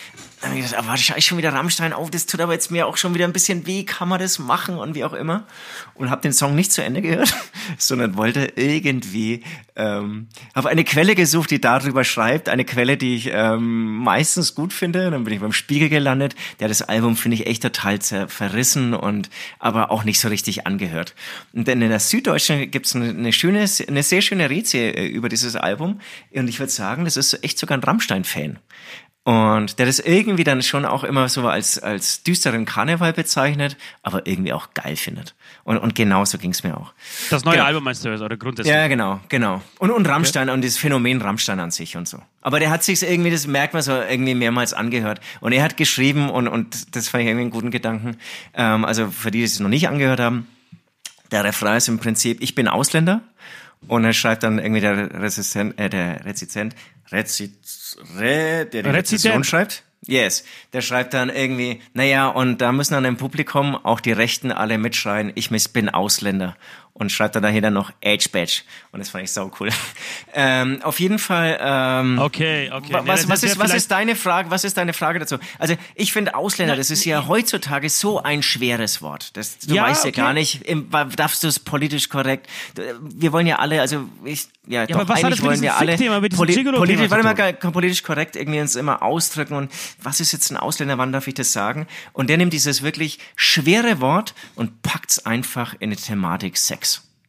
dann habe ich gedacht, aber scheiße, schon wieder Rammstein auf, das tut aber jetzt mir auch schon wieder ein bisschen weh, kann man das machen und wie auch immer. Und habe den Song nicht zu Ende gehört, sondern wollte irgendwie, ähm, habe eine Quelle gesucht, die darüber schreibt, eine Quelle, die ich ähm, meistens gut finde. Dann bin ich beim Spiegel gelandet, der das Album, finde ich, echt total verrissen und aber auch nicht so richtig angehört. Und dann in der Süddeutschen gibt's eine, eine schöne, eine sehr schöne Rezie über dieses Album und ich würde sagen, das ist echt sogar ein Rammstein-Fan. Und der das irgendwie dann schon auch immer so als als düsteren Karneval bezeichnet, aber irgendwie auch geil findet. Und und genauso ging's mir auch. Das neue genau. Album meinst du, oder grundsätzlich? Ja, genau, genau. Und und Rammstein okay. und das Phänomen Rammstein an sich und so. Aber der hat sich irgendwie, das merkt man so, irgendwie mehrmals angehört. Und er hat geschrieben und und das fand ich irgendwie einen guten Gedanken. Ähm, also für die, die es noch nicht angehört haben, der Refrain ist im Prinzip: Ich bin Ausländer. Und er schreibt dann irgendwie der Rezistent, äh, der Rezizent, Reziz, Re, der die Rezession schreibt. Yes. Der schreibt dann irgendwie, naja, und da müssen dann im Publikum auch die Rechten alle mitschreien, ich bin Ausländer. Und schreibt dann dahinter noch Age Badge. Und das fand ich sau cool. ähm, auf jeden Fall, ähm, okay, okay. Was, nee, was, ist ist, ja was ist deine Frage, was ist deine Frage dazu? Also, ich finde Ausländer, das ist ja heutzutage so ein schweres Wort. Das, du ja, weißt ja okay. gar nicht, im, darfst du es politisch korrekt, wir wollen ja alle, also, ich, ja, ja doch, aber was eigentlich wollen wir alle poli- politisch, warte mal, politisch korrekt irgendwie uns immer ausdrücken und was ist jetzt ein Ausländer, wann darf ich das sagen? Und der nimmt dieses wirklich schwere Wort und packt's einfach in die Thematik Sex.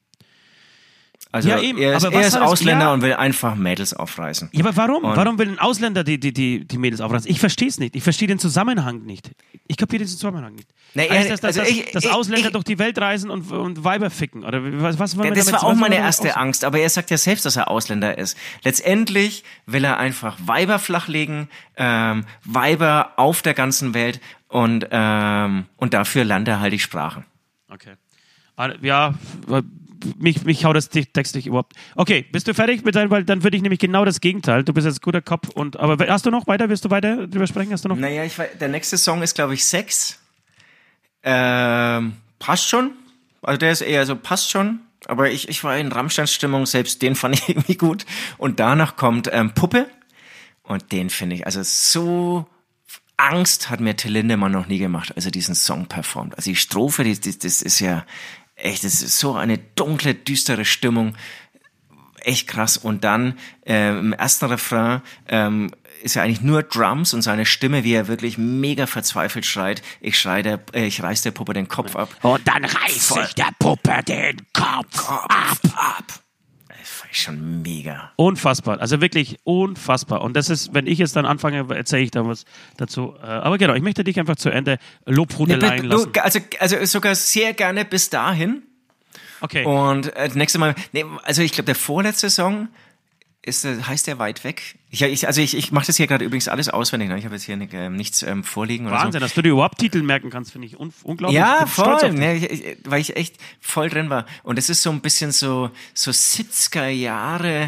Also ja, eben. er ist, aber er was ist hat das- Ausländer ja. und will einfach Mädels aufreißen. Ja, aber warum? Und- warum will ein Ausländer die, die, die, die Mädels aufreißen? Ich verstehe es nicht. Ich verstehe den Zusammenhang nicht. Ich kapiere den Zusammenhang nicht. Na, heißt er- das, dass, also dass, ich- dass ich- Ausländer ich- durch die Welt reisen und, und Weiber ficken? Oder was, was wollen wir Das damit, war auch was meine wollen wir damit erste aus- Angst, aber er sagt ja selbst, dass er Ausländer ist. Letztendlich will er einfach Weiber flachlegen, ähm, Weiber auf der ganzen Welt und, ähm, und dafür lernt er halt die Sprache. Okay. Ah, Ja, mich, mich haut das Text nicht überhaupt. Okay, bist du fertig mit deinem, weil dann würde ich nämlich genau das Gegenteil. Du bist jetzt guter Kopf und, aber hast du noch weiter, willst du weiter drüber sprechen? Hast du noch? Naja, ich, weiß- der nächste Song ist, glaube ich, Sex. Ähm, passt schon. Also der ist eher so, passt schon. Aber ich, ich war in Rammstein-Stimmung, selbst den fand ich irgendwie gut. Und danach kommt ähm, Puppe. Und den finde ich, also so Angst hat mir Till Lindemann noch nie gemacht, als er diesen Song performt. Also die Strophe, die, die, das ist ja echt, das ist so eine dunkle, düstere Stimmung. Echt krass. Und dann ähm, im ersten Refrain ähm, ist ja eigentlich nur Drums und seine Stimme, wie er wirklich mega verzweifelt schreit. Ich schrei der, äh, ich reiß der Puppe den Kopf ab. Und dann reiß ich der Puppe den Kopf, Kopf ab. ab. Das fand ich schon mega. Unfassbar, also wirklich unfassbar. Und das ist, wenn ich jetzt dann anfange, erzähle ich da was dazu. Äh, Aber genau, ich möchte dich einfach zu Ende Lobhudeleien Nee, lassen. du, also, also sogar sehr gerne bis dahin. Okay. Und äh, das nächste Mal, nee, also ich glaube, der vorletzte Song ist, äh, heißt der Weit weg? Ich, ich, also ich, ich mache das hier gerade übrigens alles auswendig. Ne? Ich habe jetzt hier nicht, äh, nichts ähm, vorliegen oder Wahnsinn, so. dass du dir überhaupt Titel merken kannst, finde ich un unglaublich. Ich Ja, bin stolz voll, auf dich. ne, ich, ich, weil ich echt voll drin war. Und es ist so ein bisschen so, so siebziger Jahre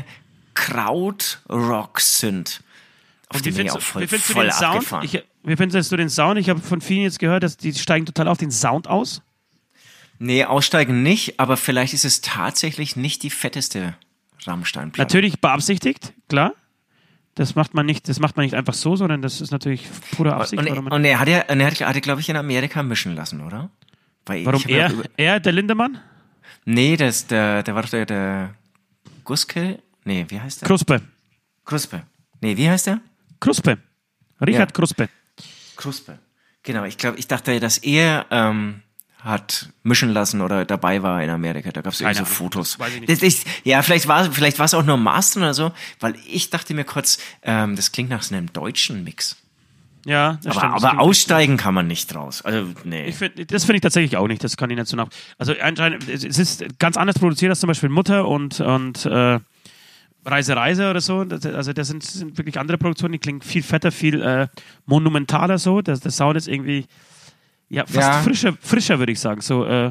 Krautrock sind. Auf Und wie die bin ich findest, auch du, voll, wie findest du voll den Sound? abgefahren. Ich, wie findest du den Sound? Ich habe von vielen jetzt gehört, dass die steigen total auf den Sound aus. Nee, aussteigen nicht, aber vielleicht ist es tatsächlich nicht die fetteste Rammstein-Platte. Natürlich beabsichtigt, klar. Das macht man nicht, das macht man nicht einfach so, sondern das ist natürlich pure Absicht. Und, warum man- und er hat ja, und er hat, hat glaube ich, in Amerika mischen lassen, oder? Weil warum ich hab ja er? über- Er, der Lindemann? Nee, das, der, der war doch der, der Guske? Nee, wie heißt der? Kruspe. Kruspe. Nee, wie heißt der? Kruspe. Richard Ja. Kruspe. Kruspe. Genau, ich glaube, ich dachte, dass er ähm, hat mischen lassen oder dabei war in Amerika. Da gab es irgendwie so Keine Ahnung, Fotos. das weiß ich nicht. Das ist, ja, vielleicht war vielleicht war es auch nur Mastern oder so, weil ich dachte mir kurz, ähm, das klingt nach so einem deutschen Mix. Ja, das Aber, stimmt. Das aber klingt- aussteigen kann man nicht draus. Also, nee. Ich find, das finde ich tatsächlich auch nicht. Das kann ich nicht so nach. Also anscheinend, es es ist ganz anders produziert als zum Beispiel Mutter und, und äh, Reise Reise oder so. Das, also das sind, sind wirklich andere Produktionen, die klingen viel fetter, viel äh, monumentaler so. Das, der Sound ist irgendwie ja, fast Ja. frischer, frischer würde ich sagen. So äh,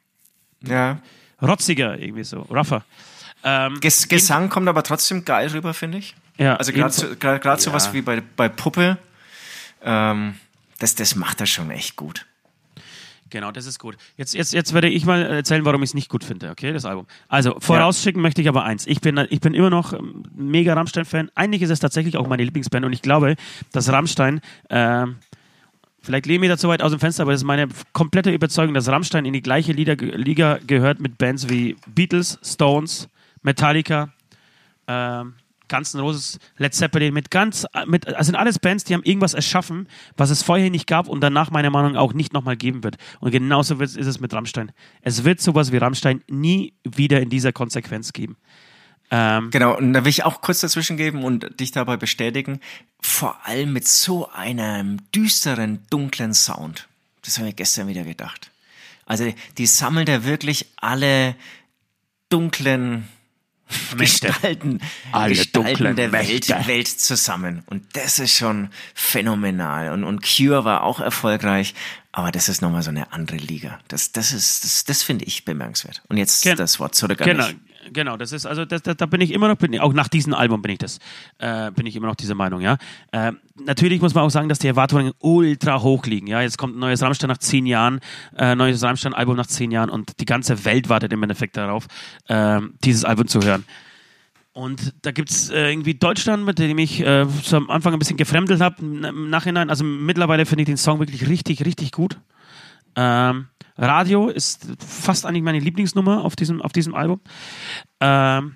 Ja. rotziger irgendwie so, rougher. Ähm, Ges Gesang kommt aber trotzdem geil rüber, finde ich. Ja, Also gerade ebenso- so, grad, grad Ja. sowas wie bei, bei Puppe, ähm, das, das macht er schon echt gut. Genau, das ist gut. Jetzt, jetzt, jetzt werde ich mal erzählen, warum ich es nicht gut finde, okay, das Album. Also, vorausschicken ja. möchte ich aber eins. Ich bin, ich bin immer noch ein mega Rammstein-Fan. Eigentlich ist es tatsächlich auch meine Lieblingsband und ich glaube, dass Rammstein, äh, vielleicht lehne ich mich da zu weit aus dem Fenster, aber das ist meine komplette Überzeugung, dass Rammstein in die gleiche Liga, Liga gehört mit Bands wie Beatles, Stones, Metallica, äh, Guns N' Roses, Led Zeppelin, mit ganz, mit, also sind alles Bands, die haben irgendwas erschaffen, was es vorher nicht gab und danach meiner Meinung nach auch nicht nochmal geben wird. Und genauso ist es mit Rammstein. Es wird sowas wie Rammstein nie wieder in dieser Konsequenz geben. Ähm, genau, und da will ich auch kurz dazwischen geben und dich dabei bestätigen, vor allem mit so einem düsteren, dunklen Sound. Das habe ich gestern wieder gedacht. Also die sammeln da wirklich alle dunklen Gestalten, Alle Gestalten der Mächte. Welt, Welt zusammen. Und das ist schon phänomenal. Und, und Cure war auch erfolgreich, aber das ist nochmal so eine andere Liga. Das, das ist, das, das finde ich bemerkenswert. Und jetzt Gen- das Wort zurück an genau, dich. Genau, das ist, also das, das, da bin ich immer noch, bin, auch nach diesem Album bin ich das, äh, bin ich immer noch dieser Meinung, ja. Äh, natürlich muss man auch sagen, dass die Erwartungen ultra hoch liegen, ja. Jetzt kommt ein neues Rammstein nach zehn Jahren, äh, neues Rammstein-Album nach zehn Jahren und die ganze Welt wartet im Endeffekt darauf, äh, dieses Album zu hören. Und da gibt es äh, irgendwie Deutschland, mit dem ich äh, so am Anfang ein bisschen gefremdelt habe, im Nachhinein, also mittlerweile finde ich den Song wirklich richtig, richtig gut. Ähm, Radio ist fast eigentlich meine Lieblingsnummer auf diesem, auf diesem Album. Ähm,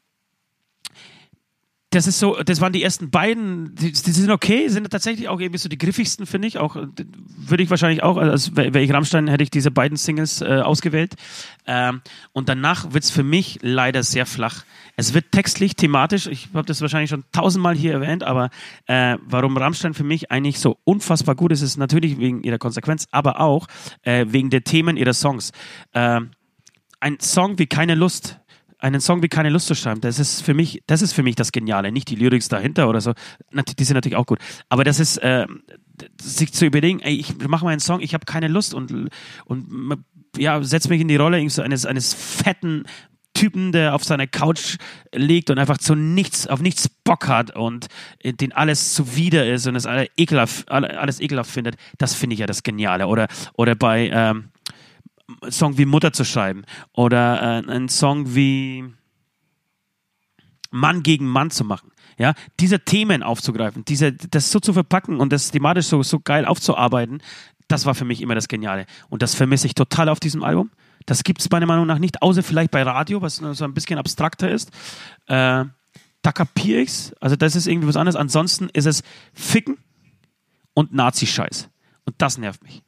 das ist so, das waren die ersten beiden, die, die sind okay, sind tatsächlich auch irgendwie so die griffigsten, finde ich. Auch würde ich wahrscheinlich auch, also wäre ich Rammstein, hätte ich diese beiden Singles äh, ausgewählt. Ähm, und danach wird es für mich leider sehr flach. Es wird textlich, thematisch, ich habe das wahrscheinlich schon tausendmal hier erwähnt, aber äh, warum Rammstein für mich eigentlich so unfassbar gut ist, ist natürlich wegen ihrer Konsequenz, aber auch äh, wegen der Themen ihrer Songs. Äh, ein Song wie Keine Lust, einen Song wie Keine Lust zu schreiben, das ist für mich, das ist für mich das Geniale, nicht die Lyrics dahinter oder so, die sind natürlich auch gut, aber das ist, äh, sich zu überlegen, ey, ich mache mal einen Song, ich habe keine Lust und, und ja, setz mich in die Rolle eines, eines fetten Typen, der auf seiner Couch liegt und einfach zu nichts, auf nichts Bock hat und den alles zuwider ist und es alles ekelhaft, alles ekelhaft findet, das finde ich ja das Geniale. Oder, oder bei ähm, einem Song wie Mutter zu schreiben oder äh, einen Song wie Mann gegen Mann zu machen. Ja, diese Themen aufzugreifen, diese, das so zu verpacken und das thematisch so, so geil aufzuarbeiten, das war für mich immer das Geniale. Und das vermisse ich total auf diesem Album. Das gibt es meiner Meinung nach nicht, außer vielleicht bei Radio, was so ein bisschen abstrakter ist. Äh, da kapiere ich's. Also das ist irgendwie was anderes. Ansonsten ist es Ficken und Nazi-Scheiß. Und das nervt mich.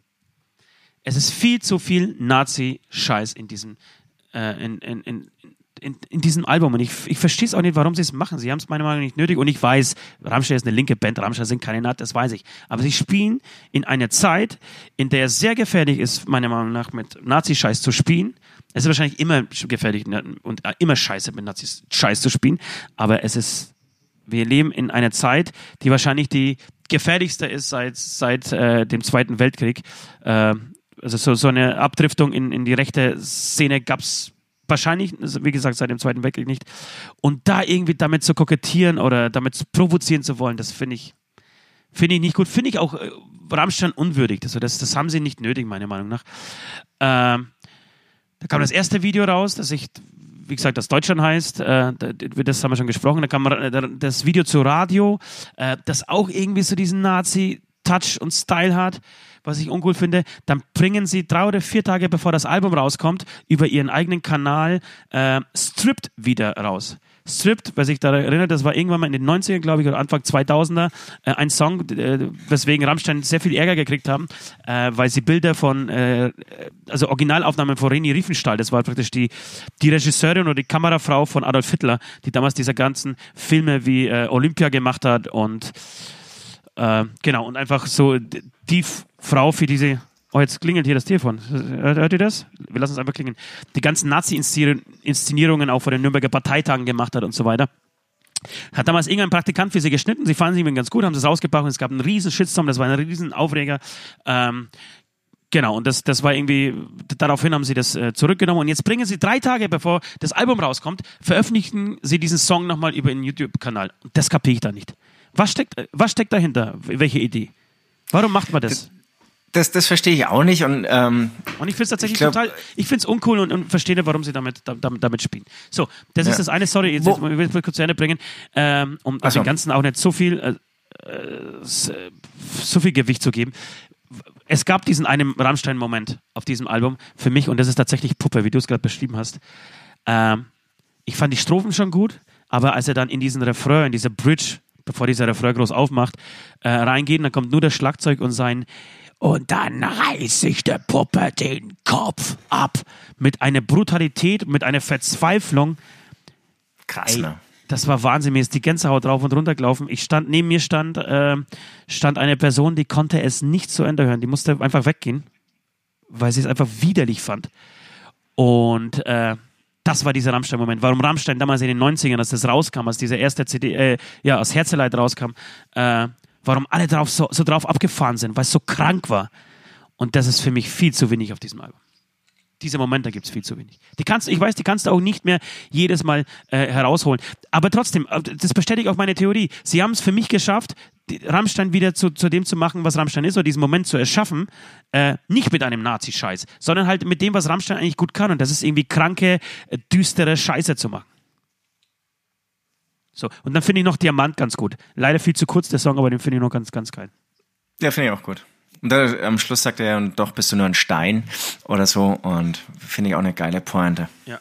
Es ist viel zu viel Nazi-Scheiß in diesem, äh, in, in, in, in, in diesem Album. Und ich, ich verstehe es auch nicht, warum sie es machen. Sie haben es meiner Meinung nach nicht nötig. Und ich weiß, Rammstein ist eine linke Band, Rammstein sind keine Nazis, das weiß ich. Aber sie spielen in einer Zeit, in der es sehr gefährlich ist, meiner Meinung nach, mit Nazi-Scheiß zu spielen. Es ist wahrscheinlich immer gefährlich und immer scheiße, mit Nazi-Scheiß zu spielen. Aber es ist, wir leben in einer Zeit, die wahrscheinlich die gefährlichste ist seit, seit äh, dem Zweiten Weltkrieg. Äh, also so, so eine Abdriftung in, in die rechte Szene gab es wahrscheinlich, wie gesagt, seit dem Zweiten Weltkrieg nicht. Und da irgendwie damit zu kokettieren oder damit zu provozieren zu wollen, das finde ich, finde ich nicht gut. Finde ich auch äh, Rammstein unwürdig. Also das, das haben sie nicht nötig, meiner Meinung nach. Ähm, da kam das erste Video raus, das ich, wie gesagt, das Deutschland heißt. Äh, das haben wir schon gesprochen. Da kam das Video zu Radio, äh, das auch irgendwie so diesen Nazi-Touch und Style hat, was ich uncool finde. Dann bringen sie drei oder vier Tage bevor das Album rauskommt, über ihren eigenen Kanal äh, Stripped wieder raus. Stripped, wer sich daran erinnert, das war irgendwann mal in den neunzigern, glaube ich, oder Anfang zweitausender, äh, ein Song, äh, weswegen Rammstein sehr viel Ärger gekriegt haben, äh, weil sie Bilder von, äh, also Originalaufnahmen von Leni Riefenstahl, das war praktisch die, die Regisseurin oder die Kamerafrau von Adolf Hitler, die damals diese ganzen Filme wie äh, Olympia gemacht hat und äh, genau, und einfach so die Frau für diese, oh, jetzt klingelt hier das Telefon. Hört ihr das? Wir lassen es einfach klingeln. Die ganzen Nazi-Inszenierungen auch vor den Nürnberger Parteitagen gemacht hat und so weiter. Hat damals irgendein Praktikant für sie geschnitten. Sie fanden sie ihm ganz gut, haben sie es rausgebracht und es gab einen riesen Shitstorm. Das war ein riesen Aufreger. Ähm, genau, und das, das war irgendwie, daraufhin haben sie das äh, zurückgenommen. Und jetzt bringen sie drei Tage, bevor das Album rauskommt, veröffentlichen sie diesen Song nochmal über ihren YouTube-Kanal. Und das kapiere ich da nicht. Was steckt, was steckt dahinter? Welche Idee? Warum macht man das? Das, das verstehe ich auch nicht. Und, ähm, und ich finde es tatsächlich ich glaub, total, ich finde es uncool und, und verstehe nicht, warum sie damit, damit, damit spielen. So, das ja. ist das eine, sorry, jetzt, jetzt will ich kurz zu Ende bringen, ähm, um also. dem Ganzen auch nicht so viel, äh, so viel Gewicht zu geben. Es gab diesen einen Rammstein-Moment auf diesem Album für mich und das ist tatsächlich Puppe, wie du es gerade beschrieben hast. Ähm, ich fand die Strophen schon gut, aber als er dann in diesen Refrain, in diese Bridge, bevor dieser Refrain groß aufmacht, äh, reingeht, dann kommt nur das Schlagzeug und sein und dann reiß ich der Puppe den Kopf ab. Mit einer Brutalität, mit einer Verzweiflung. Krass, Ey, ne? Das war Wahnsinn. Mir ist die Gänsehaut drauf und runter gelaufen. Ich stand, neben mir stand, äh, stand eine Person, die konnte es nicht zu Ende hören. Die musste einfach weggehen, weil sie es einfach widerlich fand. Und äh, das war dieser Rammstein-Moment. Warum Rammstein damals in den neunzigern, als das rauskam, als diese erste C D, äh, ja, als Herzeleid rauskam, äh, warum alle drauf so, so drauf abgefahren sind, weil es so krank war. Und das ist für mich viel zu wenig auf diesem Album. Diese Momente gibt es viel zu wenig. Die kannst, ich weiß, die kannst du auch nicht mehr jedes Mal äh, herausholen. Aber trotzdem, das bestätigt auch meine Theorie. Sie haben es für mich geschafft, die Rammstein wieder zu, zu dem zu machen, was Rammstein ist, oder diesen Moment zu erschaffen. Äh, nicht mit einem Nazi-Scheiß, sondern halt mit dem, was Rammstein eigentlich gut kann. Und das ist irgendwie kranke, düstere Scheiße zu machen. So, und dann finde ich noch Diamant ganz gut. Leider viel zu kurz, der Song, aber den finde ich noch ganz, ganz geil. Ja, finde ich auch gut. Und da, am Schluss sagt er, und doch bist du nur ein Stein oder so. Und finde ich auch eine geile Pointe. Ja.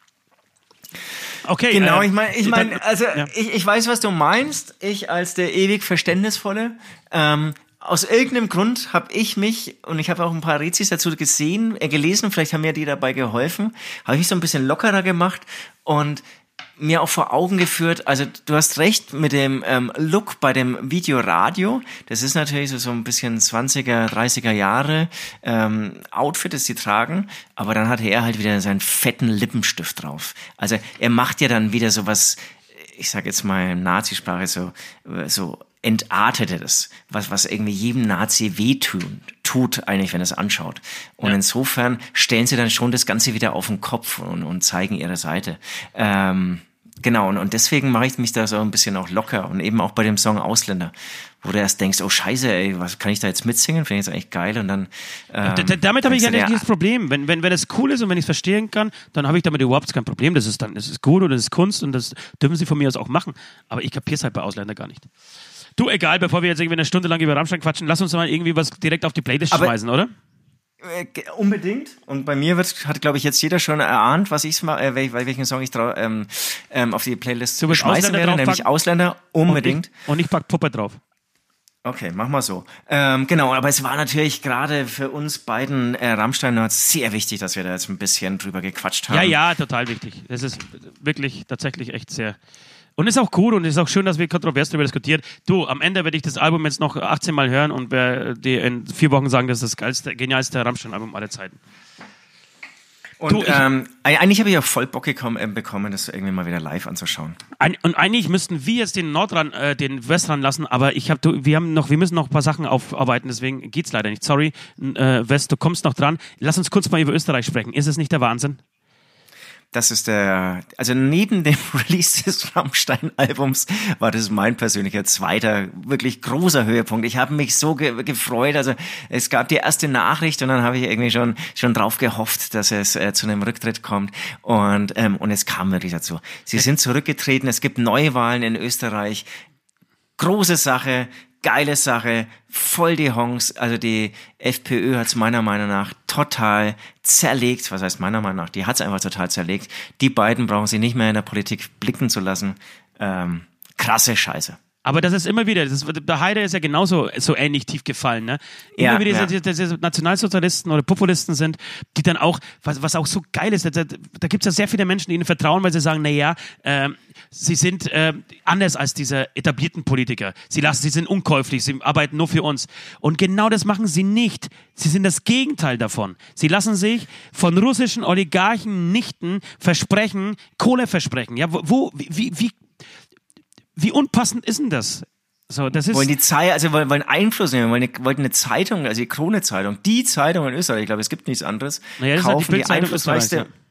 Okay. Genau, äh, ich meine, ich mein, also ja. ich, ich weiß, was du meinst. Ich als der ewig Verständnisvolle. Ähm, aus irgendeinem Grund habe ich mich, und ich habe auch ein paar Rezis dazu gesehen, äh, gelesen, vielleicht haben mir die dabei geholfen, habe ich mich so ein bisschen lockerer gemacht und mir auch vor Augen geführt, also du hast recht mit dem ähm, Look bei dem Videoradio, das ist natürlich so, so ein bisschen zwanziger, dreißiger Jahre ähm, Outfit, das sie tragen, aber dann hatte er halt wieder seinen fetten Lippenstift drauf. Also er macht ja dann wieder so was, ich sag jetzt mal in Nazisprache, so, so entartetes, was, was irgendwie jedem Nazi wehtun, tut eigentlich, wenn er es anschaut. Und ja. insofern stellen sie dann schon das Ganze wieder auf den Kopf und, und zeigen ihre Seite. Ähm, genau, und, und deswegen mache ich mich da so ein bisschen auch locker und eben auch bei dem Song Ausländer, wo du erst denkst, oh Scheiße, ey, was kann ich da jetzt mitsingen? Finde ich jetzt eigentlich geil und dann ähm, d- d- damit habe ich ja nicht ja, dieses Problem. Wenn, wenn, wenn es cool ist und wenn ich es verstehen kann, dann habe ich damit überhaupt kein Problem. Das ist dann, das ist gut und das ist Kunst und das dürfen sie von mir aus auch machen. Aber ich kapiere es halt bei Ausländer gar nicht. Du, egal, bevor wir jetzt irgendwie eine Stunde lang über Rammstein quatschen, lass uns mal irgendwie was direkt auf die Playlist Aber schmeißen, oder? Äh, unbedingt. Und bei mir wird, hat, glaube ich, jetzt jeder schon erahnt, was ich äh, wel, welchen Song ich trau, ähm, ähm, auf die Playlist schmeißen werde, nämlich Ausländer. Unbedingt. Und ich, und ich pack Puppe drauf. Okay, mach mal so. Ähm, genau, aber es war natürlich gerade für uns beiden äh, Rammstein-Nerds sehr wichtig, dass wir da jetzt ein bisschen drüber gequatscht haben. Ja, ja, total wichtig. Das ist wirklich tatsächlich echt sehr... Und ist auch cool und ist auch schön, dass wir kontrovers darüber diskutieren. Du, am Ende werde ich das Album jetzt noch achtzehn Mal hören und werde dir in vier Wochen sagen, das ist das geilste, genialste Rammstein-Album aller Zeiten. Und du, ich, ähm, eigentlich habe ich auch voll Bock gekommen, äh, bekommen, das irgendwie mal wieder live anzuschauen. Ein, und eigentlich müssten wir jetzt den Nordrand, äh, den Westrand lassen, aber ich hab, du, wir haben noch, wir müssen noch ein paar Sachen aufarbeiten, deswegen geht's leider nicht. Sorry, äh, West, du kommst noch dran. Lass uns kurz mal über Österreich sprechen. Ist es nicht der Wahnsinn? Das ist der, also neben dem Release des Rammstein-Albums war das mein persönlicher zweiter, wirklich großer Höhepunkt. Ich habe mich so ge- gefreut, also es gab die erste Nachricht und dann habe ich irgendwie schon schon drauf gehofft, dass es äh, zu einem Rücktritt kommt und ähm, und es kam wirklich dazu. Sie sind zurückgetreten, es gibt Neuwahlen in Österreich, große Sache, geile Sache, voll die Honks, also die FPÖ hat es meiner Meinung nach total zerlegt, was heißt meiner Meinung nach, die hat es einfach total zerlegt, die beiden brauchen sie nicht mehr in der Politik blicken zu lassen, ähm, krasse Scheiße. Aber das ist immer wieder, das ist, der Heide ist ja genauso so ähnlich tief gefallen, ne? Immer ja, wieder ja. diese, diese Nationalsozialisten oder Populisten sind, die dann auch, was, was auch so geil ist, da, da, da gibt es ja sehr viele Menschen, die ihnen vertrauen, weil sie sagen, naja, ähm, sie sind äh, anders als diese etablierten Politiker. Sie lassen, sie sind unkäuflich, sie arbeiten nur für uns. Und genau das machen sie nicht. Sie sind das Gegenteil davon. Sie lassen sich von russischen Oligarchen Nichten versprechen, Kohle versprechen. Ja, wo, wo wie, wie, Wie unpassend ist denn das? So, das ist wollen die Zeit, also wollen, wollen Einfluss nehmen, wollen eine, wollten eine Zeitung, also die Krone-Zeitung, die Zeitung in Österreich, ich glaube, es gibt nichts anderes, naja, das kaufen ist halt die, die einflussreichste,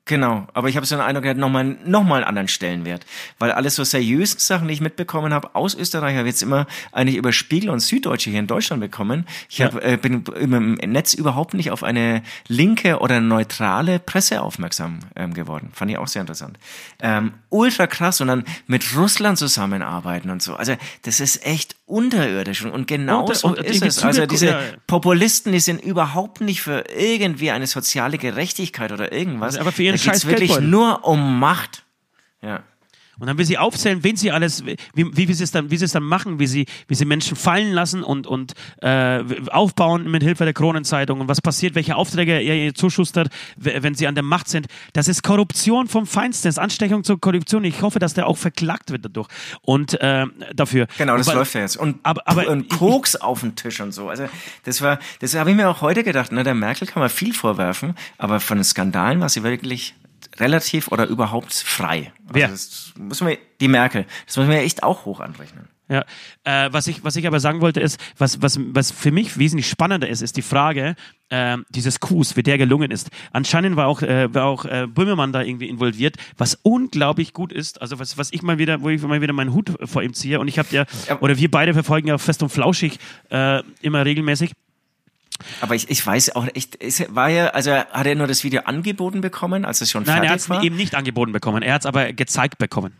Genau, aber ich habe so den Eindruck, er hat nochmal noch mal einen anderen Stellenwert. Weil alles so seriösen Sachen, die ich mitbekommen habe, aus Österreich, habe ich jetzt immer eigentlich über Spiegel und Süddeutsche hier in Deutschland bekommen. Ich hab, ja. äh, bin im Netz überhaupt nicht auf eine linke oder neutrale Presse aufmerksam ähm, geworden. Fand ich auch sehr interessant. Ähm, ultra krass und dann mit Russland zusammenarbeiten und so. Also das ist echt unterirdisch und genau und, so und, ist es. Also diese ja. Populisten, die sind überhaupt nicht für irgendwie eine soziale Gerechtigkeit oder irgendwas. Aber für ihren da geht's wirklich Geldbeutel. Nur um Macht. Ja. Und dann will sie aufzählen, wen sie alles, wie, wie, wie sie es dann, wie sie es dann machen, wie sie, wie sie Menschen fallen lassen und und äh, aufbauen mit Hilfe der Kronenzeitung und was passiert, welche Aufträge er ihr zuschustert, wenn sie an der Macht sind. Das ist Korruption vom Feinsten, das ist Anstechung zur Korruption. Ich hoffe, dass der auch verklagt wird dadurch und äh, dafür. Genau, das aber, läuft ja jetzt. Und, aber, aber und Koks ich, auf dem Tisch und so. Also das war, das habe ich mir auch heute gedacht. Ne, der Merkel kann man viel vorwerfen, aber von den Skandalen war sie wirklich relativ oder überhaupt frei. Wer? Also das müssen wir, die Merkel, das müssen wir ja echt auch hoch anrechnen. Ja, äh, was ich was ich aber sagen wollte ist, was was was für mich wesentlich spannender ist, ist die Frage äh, dieses Coups, wie der gelungen ist. Anscheinend war auch äh, war auch äh, Böhmermann da irgendwie involviert, was unglaublich gut ist. Also was was ich mal wieder, wo ich mal wieder meinen Hut vor ihm ziehe und ich habe ja, ja oder wir beide verfolgen ja Fest und Flauschig äh, immer regelmäßig. Aber ich, ich weiß auch echt, es war ja, also hat er nur das Video angeboten bekommen, als es schon Nein, fertig er hat es war? eben nicht angeboten bekommen, er hat es aber gezeigt bekommen.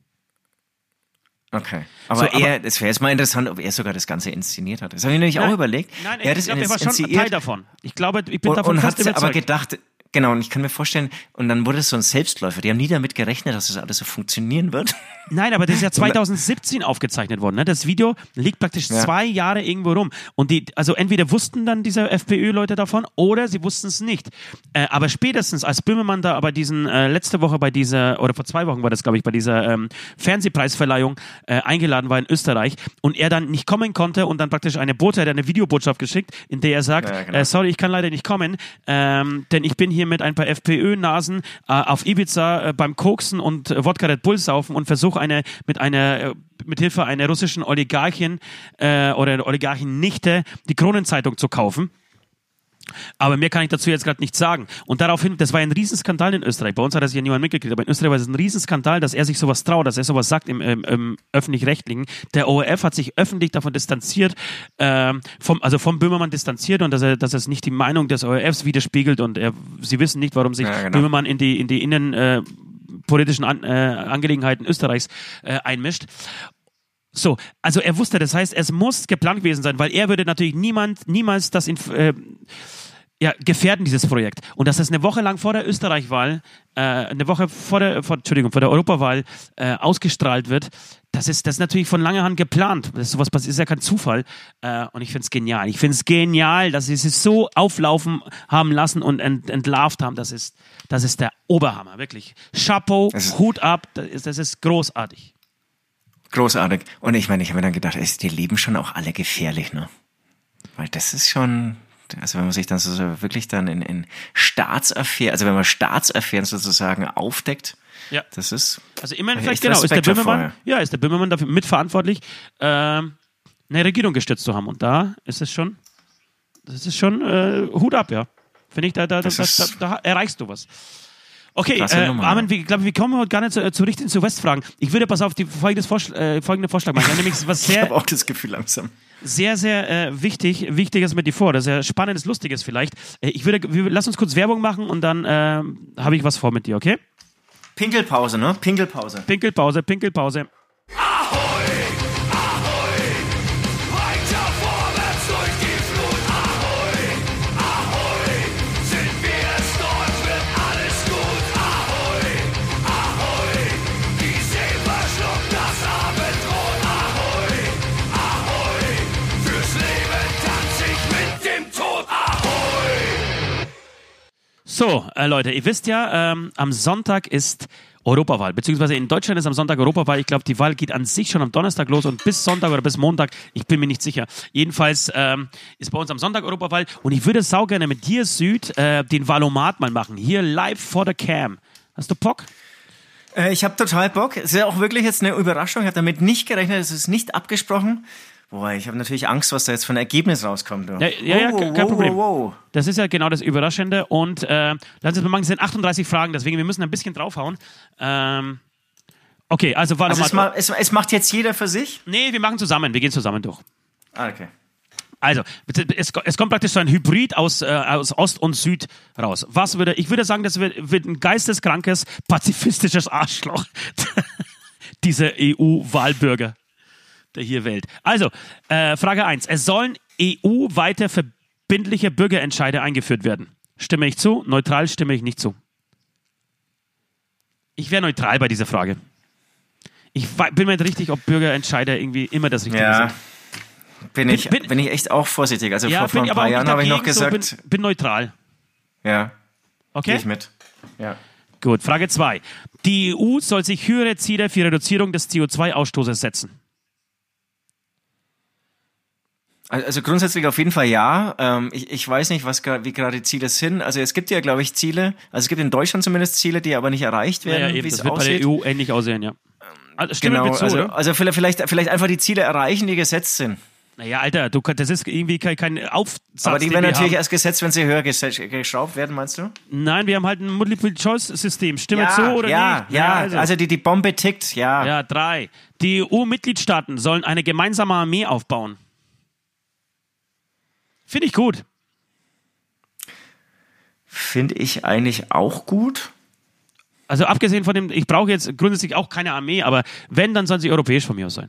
Okay, aber so, er, das wäre jetzt mal interessant, ob er sogar das Ganze inszeniert hat. Das habe ich nämlich auch überlegt. Nein, er ich glaube, er war schon Teil davon. Ich glaube, ich bin und, davon und fast hat überzeugt. aber gedacht, genau, und ich kann mir vorstellen, und dann wurde es so ein Selbstläufer. Die haben nie damit gerechnet, dass das alles so funktionieren wird. Nein, aber das ist ja zwanzig siebzehn aufgezeichnet worden. Ne? Das Video liegt praktisch ja. zwei Jahre irgendwo rum. Und die, also entweder wussten dann diese FPÖ-Leute davon oder sie wussten es nicht. Äh, aber spätestens, als Böhmermann da bei diesen, äh, letzte Woche bei dieser, oder vor zwei Wochen war das, glaube ich, bei dieser ähm, Fernsehpreisverleihung äh, eingeladen war in Österreich und er dann nicht kommen konnte und dann praktisch eine Botschaft, eine Videobotschaft geschickt, in der er sagt, ja, genau. äh, sorry, ich kann leider nicht kommen, ähm, denn ich bin hier mit ein paar FPÖ-Nasen äh, auf Ibiza äh, beim Koksen und äh, Wodka Red Bull saufen und versuche eine mit einer mit Hilfe einer russischen Oligarchin äh, oder Oligarchin-Nichte die Kronenzeitung zu kaufen. Aber mehr kann ich dazu jetzt gerade nicht sagen. Und daraufhin, das war ein Riesenskandal in Österreich. Bei uns hat das ja niemand mitgekriegt, aber in Österreich war es ein Riesenskandal, dass er sich sowas traut, dass er sowas sagt im, im, im Öffentlich-Rechtlichen. Der O R F hat sich öffentlich davon distanziert, äh, vom, also vom Böhmermann distanziert und dass er, dass es nicht die Meinung des O R Fs widerspiegelt und er, sie wissen nicht, warum sich ja, genau. Böhmermann in die, in die Innen, äh, politischen An- äh, Angelegenheiten Österreichs äh, einmischt. So, also er wusste, das heißt, es muss geplant gewesen sein, weil er würde natürlich niemand, niemals das in, äh, ja, gefährden, dieses Projekt. Und dass das eine Woche lang vor der Österreich-Wahl, äh, eine Woche vor der, vor, Entschuldigung, vor der Europawahl äh, ausgestrahlt wird, das ist, das ist natürlich von langer Hand geplant. Das ist sowas passiert, ist ja kein Zufall. Äh, und ich finde es genial. Ich finde es genial, dass sie es so auflaufen haben lassen und ent, entlarvt haben. Das ist, das ist der Oberhammer, wirklich. Chapeau, Hut ab, das ist, das ist großartig. Großartig. Und ich meine, ich habe mir dann gedacht, ey, die leben schon auch alle gefährlich, ne? Weil das ist schon, also wenn man sich dann so wirklich dann in, in Staatsaffären, also wenn man Staatsaffären sozusagen aufdeckt, ja. Das ist. Also immerhin vielleicht genau, ist der Böhmermann, ja, ist der Böhmermann dafür mitverantwortlich, äh, eine Regierung gestützt zu haben. Und da ist es schon, das ist schon äh, Hut ab, ja. Finde ich, da, da, da, da, da, da erreichst du was. Okay, äh, Armin, ich glaube, wir kommen heute gar nicht zu, zu richtigen zu Westfragen. Ich würde, pass auf, die folgendes Vorschl- äh, folgende Vorschlag machen. Nämlich was sehr, ich habe auch das Gefühl langsam. Sehr, sehr äh, wichtig, wichtiges mit dir vor, das ist ja spannendes, lustiges vielleicht. Äh, ich würde, wir, lass uns kurz Werbung machen und dann äh, habe ich was vor mit dir, okay? Pinkelpause, ne? Pinkelpause. Pinkelpause, Pinkelpause. Ahoi, ahoi, weiter vorwärts durch die Flut. Ahoi, ahoi, sind wir es, dort wird alles gut. Ahoi, ahoi, die See verschluckt das Abendrot. Ahoi, ahoi, fürs Leben tanz ich mit dem Tod. Ahoi. So, äh, Leute, ihr wisst ja, ähm, am Sonntag ist Europawahl, beziehungsweise in Deutschland ist am Sonntag Europawahl. Ich glaube, die Wahl geht an sich schon am Donnerstag los und bis Sonntag oder bis Montag, ich bin mir nicht sicher. Jedenfalls ähm, ist bei uns am Sonntag Europawahl und ich würde sau gerne mit dir, Süd, äh, den Valomat mal machen. Hier live vor der Cam. Hast du Bock? Äh, ich habe total Bock. Es ist ja auch wirklich jetzt eine Überraschung. Ich habe damit nicht gerechnet. Es ist nicht abgesprochen. Boah, ich habe natürlich Angst, was da jetzt für ein Ergebnis rauskommt. Du. Ja, ja, ja, wow, kein wow, Problem. Wow, wow. Das ist ja genau das Überraschende. Und äh, lass uns mal machen, es sind achtunddreißig Fragen, deswegen wir müssen ein bisschen draufhauen. Ähm, okay, also war Also nochmal. es, ma- es, es macht jetzt jeder für sich? Nee, wir machen zusammen, wir gehen zusammen durch. Ah, okay. Also, es, es kommt praktisch so ein Hybrid aus, äh, aus Ost und Süd raus. Was würde, ich würde sagen, das wird, wird ein geisteskrankes, pazifistisches Arschloch. Dieser E U-Wahlbürger, der hier wählt. Also, äh, Frage eins. Es sollen E U-weite verbindliche Bürgerentscheide eingeführt werden. Stimme ich zu? Neutral stimme ich nicht zu. Ich wäre neutral bei dieser Frage. Ich bin mir nicht richtig, ob Bürgerentscheide irgendwie immer das Richtige Ja, sind. bin ich, bin- bin ich echt auch vorsichtig. Also Ja, vor, vor bin ein aber paar auch Jahren nicht habe ich noch dagegen, so gesagt, bin, bin neutral. ja, gehe Okay? ich mit. Ja. Gut, Frage zwei. Die E U soll sich höhere Ziele für Reduzierung des C O zwei Ausstoßes setzen. Also grundsätzlich auf jeden Fall ja. Ähm, ich, ich weiß nicht, was gra- wie gerade die Ziele sind. Also es gibt ja, glaube ich, Ziele. Also es gibt in Deutschland zumindest Ziele, die aber nicht erreicht werden, Naja, eben, wie das es wird bei der aussieht. E U ähnlich aussehen, ja. Also, stimmen Genau, wir zu, also, oder? also vielleicht, vielleicht, vielleicht einfach die Ziele erreichen, die gesetzt sind. Naja, Alter, du, kann- das ist irgendwie kein, kein Aufsatz, Aber die den werden wir natürlich haben. erst gesetzt, wenn sie höher ges- geschraubt werden, meinst du? Nein, wir haben halt ein Multiple-Choice-System. Stimme Ja, zu oder ja, nicht? ja. also. Also die, die Bombe tickt, ja. ja, drei. Die E U-Mitgliedstaaten sollen eine gemeinsame Armee aufbauen. Finde ich gut. Finde ich eigentlich auch gut. Also abgesehen von dem, ich brauche jetzt grundsätzlich auch keine Armee, aber wenn, dann soll sie europäisch von mir aus sein.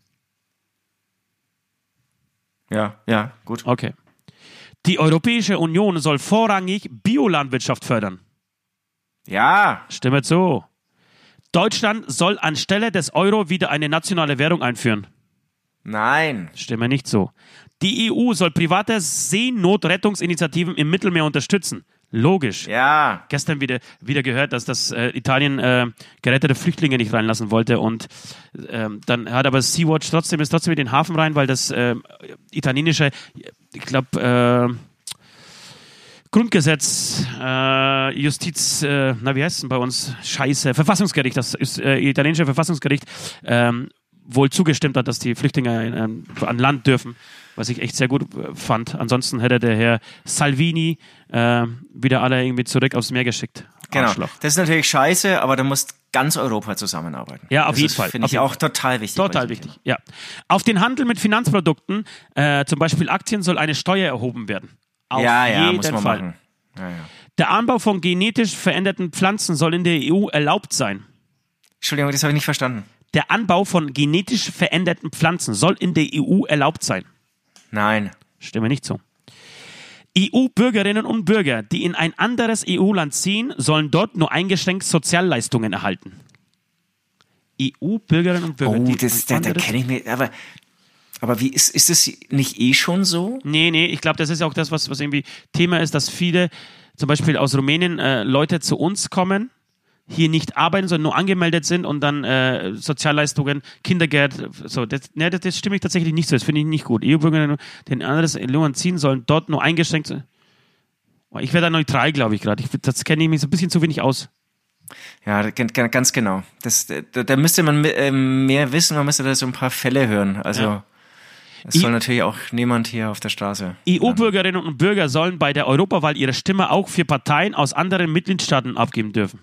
Ja, ja, gut. Okay. Die Europäische Union soll vorrangig Biolandwirtschaft fördern. Ja, Stimme zu. Deutschland soll anstelle des Euro wieder eine nationale Währung einführen. nein. Stimme nicht zu. Die E U soll private Seenotrettungsinitiativen im Mittelmeer unterstützen. Logisch. Ja, Gestern wieder, wieder gehört, dass das äh, Italien äh, gerettete Flüchtlinge nicht reinlassen wollte und ähm, dann hat aber Sea-Watch trotzdem ist trotzdem in den Hafen rein, weil das äh, italienische, ich glaube, äh, Grundgesetz, äh, Justiz, äh, na wie heißt es denn bei uns? Scheiße, Verfassungsgericht, das ist äh, italienische Verfassungsgericht, ähm, wohl zugestimmt hat, dass die Flüchtlinge in, äh, an Land dürfen, was ich echt sehr gut äh, fand. Ansonsten hätte der Herr Salvini äh, wieder alle irgendwie zurück aufs Meer geschickt. genau. Arschloch. Das ist natürlich scheiße, aber da muss ganz Europa zusammenarbeiten. Ja, auf das jeden ist, Fall. Finde Auf ich jeden auch Fall. total wichtig. Total bei diesem wichtig, ja. Auf den Handel mit Finanzprodukten, äh, zum Beispiel Aktien, soll eine Steuer erhoben werden. Auf Thema. Ja, ja, jeden muss man Fall. machen. Ja, ja. Der Anbau von genetisch veränderten Pflanzen soll in der E U erlaubt sein. Entschuldigung, das habe ich nicht verstanden. Der Anbau von genetisch veränderten Pflanzen soll in der E U erlaubt sein. Nein. Stimme nicht zu. E U-Bürgerinnen und Bürger, die in ein anderes E U-Land ziehen, sollen dort nur eingeschränkt Sozialleistungen erhalten. E U-Bürgerinnen und Bürger, Oh, die das, ein da, da anderes- kenne ich mich, aber, aber wie ist, ist das nicht eh schon so? Nee, nee, ich glaube, das ist auch das, was, was irgendwie Thema ist, dass viele, zum Beispiel aus Rumänien, äh, Leute zu uns kommen, hier nicht arbeiten, sondern nur angemeldet sind und dann äh, Sozialleistungen, Kindergeld, so, das, ne, das, das stimme ich tatsächlich nicht so, das finde ich nicht gut. E U-Bürger, die ein anderes Land ziehen sollen, dort nur eingeschränkt sein. Ich wäre da neutral, glaube ich gerade. Das kenne ich mich so ein bisschen zu wenig aus. Ja, g- g- ganz genau. Das, da, da müsste man äh, mehr wissen, man müsste da so ein paar Fälle hören. Also, Ja. es I- soll natürlich auch niemand hier auf der Straße. E U-Bürgerinnen und Bürger sollen bei der Europawahl ihre Stimme auch für Parteien aus anderen Mitgliedstaaten abgeben dürfen.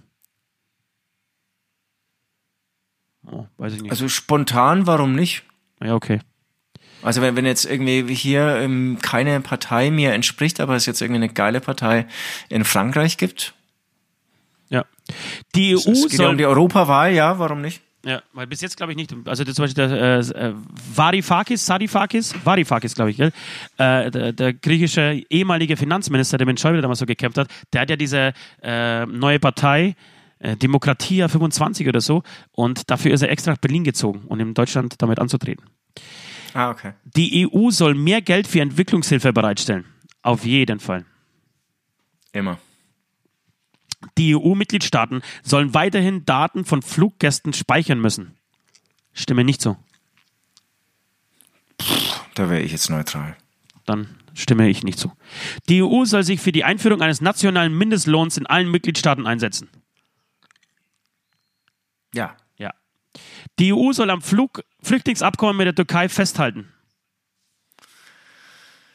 Oh, weiß ich nicht. Also spontan, warum nicht? ja, okay. Also wenn, wenn jetzt irgendwie hier ähm, keine Partei mir entspricht, aber es jetzt irgendwie eine geile Partei in Frankreich gibt. Ja. Die E U Es geht ja soll... um die Europawahl, ja, warum nicht? Ja, weil bis jetzt glaube ich nicht. Also das, zum Beispiel der äh, Varoufakis, Sarifakis, Varoufakis glaube ich, gell? Äh, der, der griechische ehemalige Finanzminister, der mit Schäuble damals so gekämpft hat, der hat ja diese äh, neue Partei, äh, Demokratia fünfundzwanzig oder so, und dafür ist er extra nach Berlin gezogen, um in Deutschland damit anzutreten. Ah, okay. Die E U soll mehr Geld für Entwicklungshilfe bereitstellen. Auf jeden Fall. Immer. Die E U-Mitgliedstaaten sollen weiterhin Daten von Fluggästen speichern müssen. Stimme nicht so. Da wäre ich jetzt neutral. Dann stimme ich nicht zu. Die E U soll sich für die Einführung eines nationalen Mindestlohns in allen Mitgliedstaaten einsetzen. Ja. Ja. Die E U soll am Flug Flüchtlingsabkommen mit der Türkei festhalten.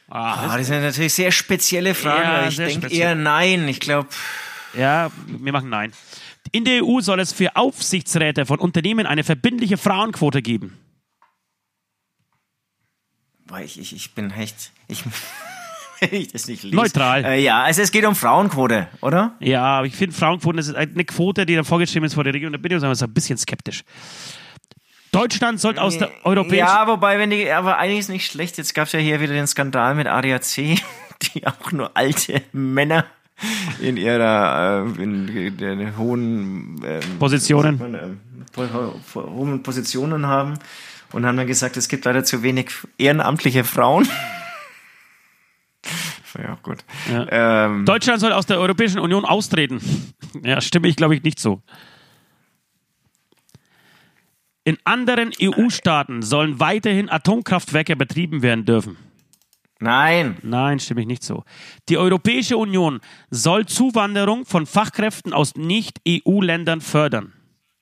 Ah, Ah, das sind natürlich sehr spezielle Fragen. Ja, aber ich sehr denke speziell. eher nein. Ich glaube, Ja, wir machen nein. In der E U soll es für Aufsichtsräte von Unternehmen eine verbindliche Frauenquote geben. ich, ich, ich bin echt... Ich, wenn ich das nicht lese. Neutral. Äh, ja, also es geht um Frauenquote, oder? Ja, aber ich finde Frauenquoten, das ist eine Quote, die dann vorgeschrieben ist vor der Regierung. Da bin ich so ein bisschen skeptisch. Deutschland sollte aus der europäischen... Ja, wobei, wenn die, aber eigentlich ist nicht schlecht. Jetzt gab es ja hier wieder den Skandal mit A D A C, die auch nur alte Männer in ihrer äh, in, in hohen ähm, Positionen. man, äh, hohen Positionen haben und haben dann gesagt, es gibt leider zu wenig ehrenamtliche Frauen. Ja, gut. Ja. Ähm, Deutschland soll aus der Europäischen Union austreten. Ja, stimme ich, glaube ich, nicht so. In anderen E U-Staaten sollen weiterhin Atomkraftwerke betrieben werden dürfen. nein. Nein, stimme ich nicht so. Die Europäische Union soll Zuwanderung von Fachkräften aus Nicht-E U-Ländern fördern.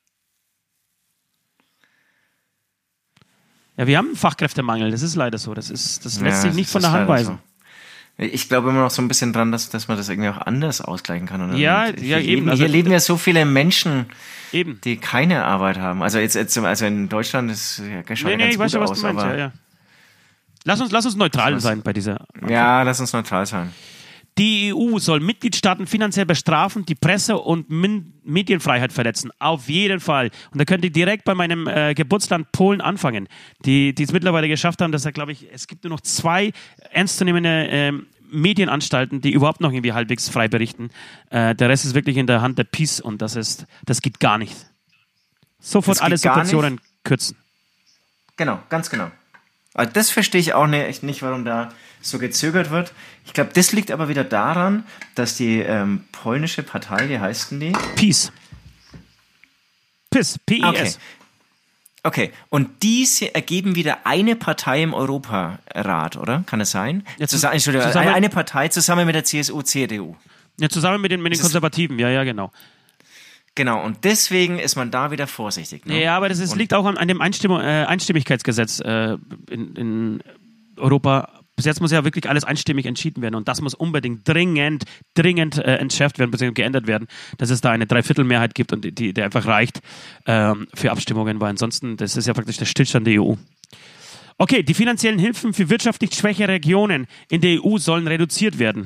Ja, wir haben einen Fachkräftemangel, das ist leider so. Das, ist, das lässt Ja, sich nicht das von ist der Hand leider weisen. so. Ich glaube immer noch so ein bisschen dran, dass, dass man das irgendwie auch anders ausgleichen kann. Und Ja, und ja, hier eben. Leben, Also- hier leben ja so viele Menschen, Eben. die keine Arbeit haben. Also jetzt, jetzt also in Deutschland ist ja schaut Nee, ja nee, ganz ich weiß gut schon, was aus, du meinst. aber Ja, ja. Lass uns, lass uns neutral sein bei dieser. ja, lass uns neutral sein. Die E U soll Mitgliedstaaten finanziell bestrafen, die Presse- und Min- Medienfreiheit verletzen. Auf jeden Fall. Und da könnt ihr direkt bei meinem äh, Geburtsland Polen anfangen, die die es mittlerweile geschafft haben, dass er, glaube ich, es gibt nur noch zwei ernstzunehmende ähm, Medienanstalten, die überhaupt noch irgendwie halbwegs frei berichten. Äh, der Rest ist wirklich in der Hand der Peace und das ist, das geht gar nicht. Sofort Das geht alle gar Subventionen kürzen. Genau, ganz genau. Also das verstehe ich auch nicht, nicht, warum da so gezögert wird. Ich glaube, das liegt aber wieder daran, dass die ähm, polnische Partei, wie heißt denn die? Peace. P I S. P I S. Okay. Okay, und diese ergeben wieder eine Partei im Europarat, oder? Kann es sein? Ja, Zus Entschuldigung, zusammen- eine, eine Partei zusammen mit der C S U, C D U. Ja, zusammen mit den, mit den Das ist- Konservativen, ja, ja, genau. Genau, und deswegen ist man da wieder vorsichtig. Ne? Ja, aber das ist, Und- liegt auch an, an dem Einstimm äh, Einstimmigkeitsgesetz äh, in, in Europa. Bis jetzt muss ja wirklich alles einstimmig entschieden werden und das muss unbedingt dringend, dringend äh, entschärft werden bzw. geändert werden, dass es da eine Dreiviertelmehrheit gibt und die, die einfach reicht ähm, für Abstimmungen, weil ansonsten, das ist ja praktisch der Stillstand der E U. Okay, die finanziellen Hilfen für wirtschaftlich schwächere Regionen in der E U sollen reduziert werden.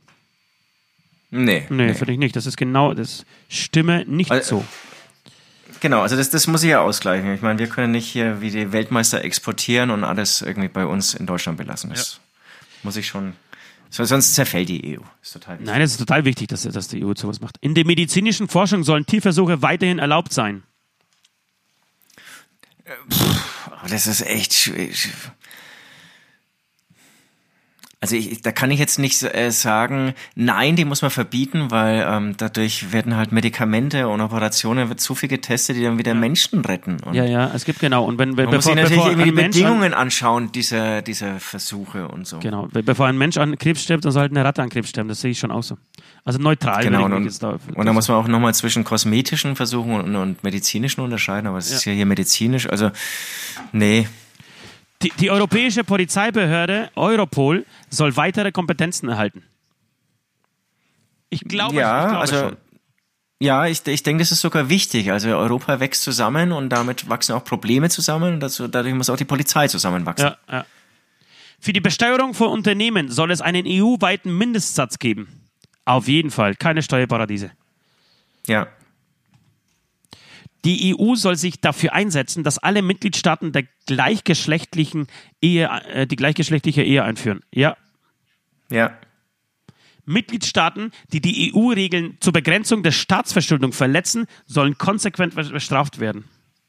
Nee. Nee, nee. finde ich nicht. Das ist genau, das stimme nicht Also- so. Genau, also das, das muss ich ja ausgleichen. Ich meine, wir können nicht hier wie die Weltmeister exportieren und alles irgendwie bei uns in Deutschland belassen. Das muss ich schon. So, sonst zerfällt die E U. Ist total wichtig. Nein, es ist total wichtig, dass, dass die E U sowas macht. In der medizinischen Forschung sollen Tierversuche weiterhin erlaubt sein. Aber das ist echt schwierig. Also ich, da kann ich jetzt nicht äh, sagen, nein, die muss man verbieten, weil ähm, dadurch werden halt Medikamente und Operationen, wird so viel getestet, die dann wieder Menschen retten. Und Ja, ja, es gibt genau. Und wenn, wenn man muss sich natürlich irgendwie die ein Mensch an, Bedingungen anschauen, dieser, dieser Versuche und so. genau, be- bevor ein Mensch an Krebs stirbt, dann sollte eine Ratte an Krebs sterben. Das sehe ich schon auch so. Also neutral. Genau, würde ich und, mich jetzt da, und da muss man auch nochmal zwischen kosmetischen Versuchen und, und medizinischen unterscheiden, aber es ist ja hier medizinisch, also nee. die, die europäische Polizeibehörde Europol soll weitere Kompetenzen erhalten. Ich glaube, ja, ich glaube also schon. ja, ich, ich denke, das ist sogar wichtig. Also Europa wächst zusammen und damit wachsen auch Probleme zusammen und dazu, dadurch muss auch die Polizei zusammenwachsen. Ja, ja. Für die Besteuerung von Unternehmen soll es einen E U-weiten Mindestsatz geben. Auf jeden Fall, keine Steuerparadiese. Ja. Die E U soll sich dafür einsetzen, dass alle Mitgliedstaaten der gleichgeschlechtlichen Ehe, äh, die gleichgeschlechtliche Ehe einführen. Ja. Ja. Mitgliedstaaten, die die E U-Regeln zur Begrenzung der Staatsverschuldung verletzen, sollen konsequent bestraft werden.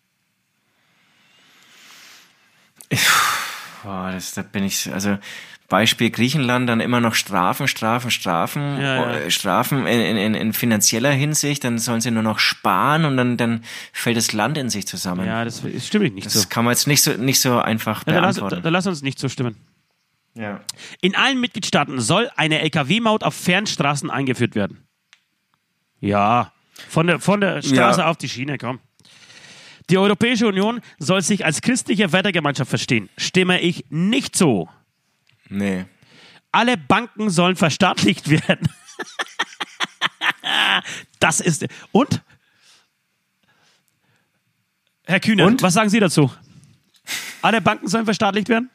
Boah, das, da bin ich, also Beispiel Griechenland, dann immer noch Strafen, Strafen, Strafen, Ja, ja. äh, Strafen in, in, in finanzieller Hinsicht, dann sollen sie nur noch sparen und dann, dann fällt das Land in sich zusammen. Ja, das, das stimmt nicht das so. kann man jetzt nicht so, nicht so einfach Ja, da, lass, beantworten. da, da lass uns nicht so stimmen. ja. In allen Mitgliedstaaten soll eine L K W-Maut auf Fernstraßen eingeführt werden. Ja, von der, von der Straße Ja. auf die Schiene, komm. Die Europäische Union soll sich als christliche Wettergemeinschaft verstehen. Stimme ich nicht so. Nee. Alle Banken sollen verstaatlicht werden. Das ist... Und? Herr Kühner, Und? was sagen Sie dazu? Alle Banken sollen verstaatlicht werden?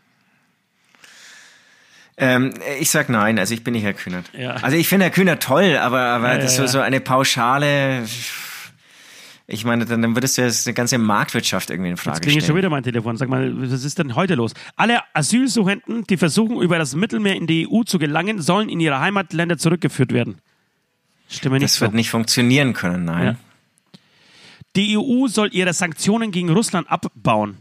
Ähm, ich sag nein, also ich bin nicht Herr Kühnert. Ja. Also ich finde Herr Kühnert toll, aber, aber Ja, das ja, so, ja. so eine pauschale... Ich meine, dann, dann würdest du ja die ganze Marktwirtschaft irgendwie in Frage Jetzt klingelt schon stellen. wieder mein Telefon. Sag mal, was ist denn heute los? Alle Asylsuchenden, die versuchen, über das Mittelmeer in die E U zu gelangen, sollen in ihre Heimatländer zurückgeführt werden. Stimme nicht Das so. wird nicht funktionieren können, nein. Ja. Die E U soll ihre Sanktionen gegen Russland abbauen.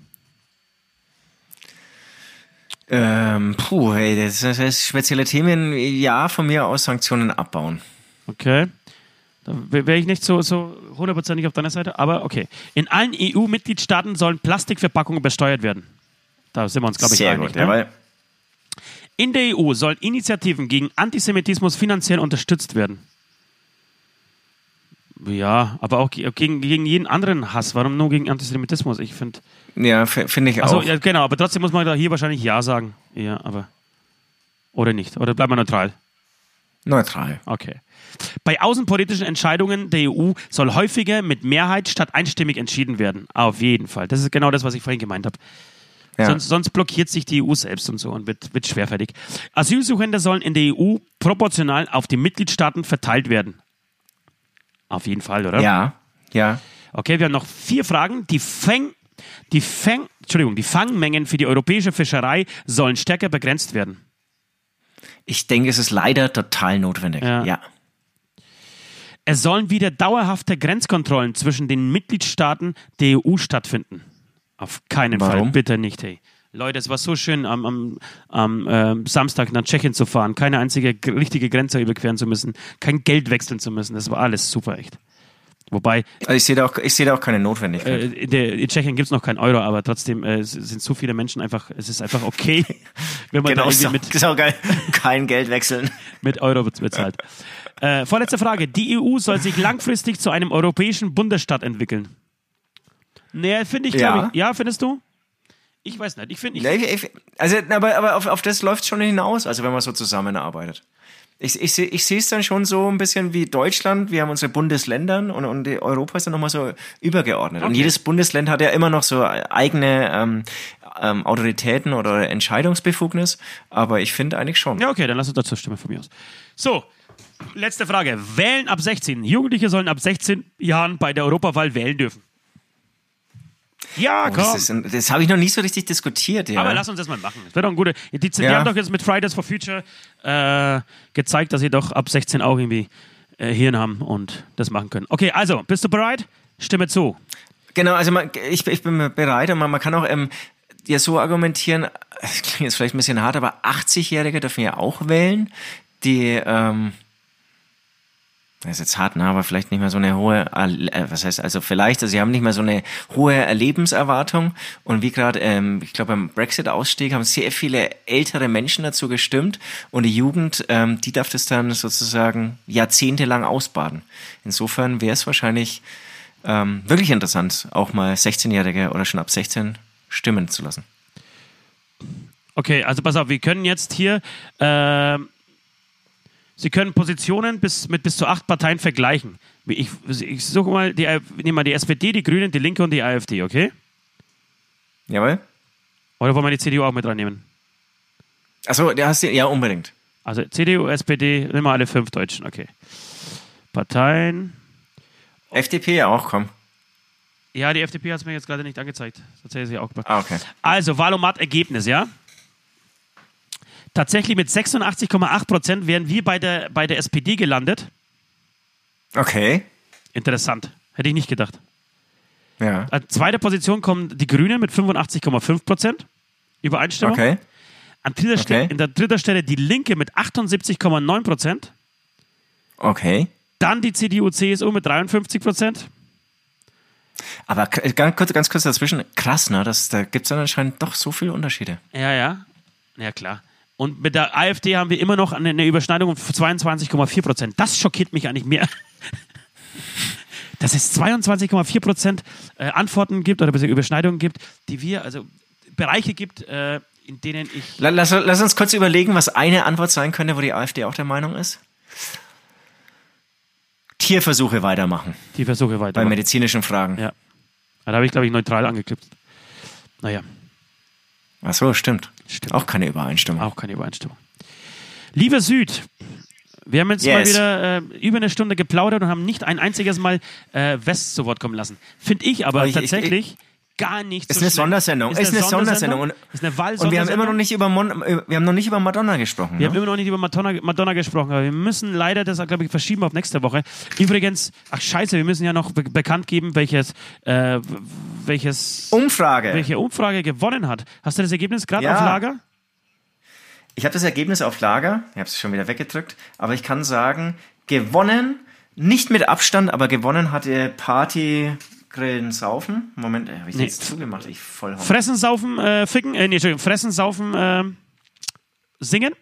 Ähm, puh, hey, das das ist spezielle Themen. Ja, von mir aus Sanktionen abbauen. Okay. Da wäre ich nicht so, so hundertprozentig auf deiner Seite, aber okay. In allen E U-Mitgliedstaaten sollen Plastikverpackungen besteuert werden. Da sind wir uns, glaube ich, Sehr einig. gut, Ne? jawohl. In der E U sollen Initiativen gegen Antisemitismus finanziell unterstützt werden. Ja, aber auch ge- gegen, gegen jeden anderen Hass. Warum nur gegen Antisemitismus? Ich finde. Ja, f- finde ich Also auch. ja, genau, aber trotzdem muss man da hier wahrscheinlich Ja sagen. Ja, aber. Oder nicht? Oder bleibt man neutral? Neutral. Okay. Bei außenpolitischen Entscheidungen der E U soll häufiger mit Mehrheit statt einstimmig entschieden werden. Auf jeden Fall. Das ist genau das, was ich vorhin gemeint habe. Ja. Sonst, sonst blockiert sich die E U selbst und so und wird, wird schwerfällig. Asylsuchende sollen in der E U proportional auf die Mitgliedstaaten verteilt werden. Auf jeden Fall, oder? Ja, ja. Okay, wir haben noch vier Fragen. Die Fang, die Fang, Entschuldigung, die Fangmengen für die europäische Fischerei sollen stärker begrenzt werden. Ich denke, es ist leider total notwendig. Ja. Ja. Es sollen wieder dauerhafte Grenzkontrollen zwischen den Mitgliedstaaten der E U stattfinden. Auf keinen Fall, Warum? bitte nicht, hey. Leute, es war so schön, am, am, am äh, Samstag nach Tschechien zu fahren, keine einzige g- richtige Grenze überqueren zu müssen, kein Geld wechseln zu müssen. Das war alles super, echt. Wobei, Also ich sehe da auch, ich sehe da auch keine Notwendigkeit. äh, in, der, in Tschechien gibt es noch keinen Euro, aber trotzdem äh, es sind so viele Menschen einfach, es ist einfach okay, wenn man genau, da ist irgendwie auch, mit, ist auch geil. Kein Geld wechseln. mit Euro bez- bezahlt. Äh, vorletzte Frage. Die E U soll sich langfristig zu einem europäischen Bundesstaat entwickeln. Nee, finde ich, glaube Ja. ich. Ja, findest du? Ich weiß nicht. Ich finde, ich, Ja, ich- ich- Also, aber, aber auf, auf das läuft es schon hinaus, also wenn man so zusammenarbeitet. Ich, ich, seh- ich sehe es dann schon so ein bisschen wie Deutschland. Wir haben unsere Bundesländer und, und die Europa ist dann nochmal so übergeordnet. Und Okay. jedes Bundesland hat ja immer noch so eigene ähm, ähm, Autoritäten oder Entscheidungsbefugnis. Aber ich finde eigentlich schon. ja, okay, dann lass uns dazu stimmen von mir aus. So, letzte Frage. Wählen ab sechzehn. Jugendliche sollen ab sechzehn Jahren bei der Europawahl wählen dürfen. Ja, Oh, komm. das ist, das habe ich noch nie so richtig diskutiert. Ja. Aber lass uns das mal machen. Das wäre doch ein guter. Die, die Ja. haben doch jetzt mit Fridays for Future äh, gezeigt, dass sie doch ab sechzehn auch irgendwie äh, Hirn haben und das machen können. Okay, also, bist du bereit? Stimme zu. Genau, also man, ich, ich bin bereit und man, man kann auch ähm, ja so argumentieren, das klingt jetzt vielleicht ein bisschen hart, aber achtzigjährige dürfen ja auch wählen, die, ähm, das ist jetzt hart, ne, aber vielleicht nicht mehr so eine hohe, äh, was heißt, also vielleicht, also sie haben nicht mehr so eine hohe Erlebenserwartung und wie gerade, ähm, ich glaube beim Brexit-Ausstieg haben sehr viele ältere Menschen dazu gestimmt und die Jugend, ähm, die darf das dann sozusagen jahrzehntelang ausbaden. Insofern wäre es wahrscheinlich ähm, wirklich interessant, auch mal sechzehnjährige oder schon ab sechzehn stimmen zu lassen. Okay, also pass auf, wir können jetzt hier, äh, Sie können Positionen bis, mit bis zu acht Parteien vergleichen. Ich, ich suche mal, die, ich nehme mal die S P D, die Grünen, die Linke und die AfD, okay? Jawohl? Oder wollen wir die C D U auch mit reinnehmen? Achso, der hast du, ja, unbedingt. Also C D U, S P D, nehmen wir alle fünf Deutschen, okay. Parteien. F D P ja auch, komm. Ja, die F D P hat es mir jetzt gerade nicht angezeigt. Das hätte sie auch gemacht. Ah, okay. Also, Wahlomat-Ergebnis, ja? Tatsächlich mit sechsundachtzig Komma acht Prozent wären wir bei der, bei der S P D gelandet. Okay. Interessant. Hätte ich nicht gedacht. Ja. An zweiter Position kommen die Grünen mit fünfundachtzig Komma fünf Prozent Übereinstimmung. Okay. An dritter Stelle, Okay. in der dritten Stelle die Linke mit achtundsiebzig Komma neun Prozent. Okay. Dann die C D U, C S U mit dreiundfünfzig Prozent. Aber k- ganz kurz, ganz kurz dazwischen, krass, ne? Das, da gibt es dann anscheinend doch so viele Unterschiede. Ja, ja. Ja, klar. Und mit der AfD haben wir immer noch eine, eine Überschneidung von zweiundzwanzig Komma vier Prozent. Das schockiert mich eigentlich mehr. Dass es zweiundzwanzig Komma vier Prozent äh, Antworten gibt oder beziehungsweise Überschneidungen gibt, die wir, also Bereiche gibt, äh, in denen ich... Lass, lass uns kurz überlegen, was eine Antwort sein könnte, wo die AfD auch der Meinung ist. Tierversuche weitermachen. Tierversuche Bei weitermachen. medizinischen Fragen. Ja. Da habe ich, glaube ich, neutral angeklippt. Naja. Ach so, stimmt. Stimmt. Auch keine Übereinstimmung. Auch keine Übereinstimmung. Lieber Süd, wir haben jetzt Yes. mal wieder äh, über eine Stunde geplaudert und haben nicht ein einziges Mal äh, West zu Wort kommen lassen. Finde ich aber Aber ich- tatsächlich gar nicht Ist so eine schlimm. Sondersendung. Ist eine Sondersendung. Und, Ist eine und wir haben Wahlsondersendung. immer noch nicht über, Mon wir haben noch nicht über Madonna gesprochen. Wir ne? haben immer noch nicht über Madonna, Madonna gesprochen, aber wir müssen leider das, glaube ich, verschieben auf nächste Woche. Übrigens, ach scheiße, wir müssen ja noch be bekannt geben, welches, äh, welches, Umfrage. welche Umfrage gewonnen hat. Hast du das Ergebnis gerade Ja. auf Lager? Ich habe das Ergebnis auf Lager. Ich habe es schon wieder weggedrückt. Aber ich kann sagen, gewonnen, nicht mit Abstand, aber gewonnen hatte Party Grillen, Saufen. Moment, habe ich Nee. jetzt zugemacht? Ich voll Hunger. Fressen, saufen, äh, ficken, äh, nee, Entschuldigung, fressen, saufen, äh, singen?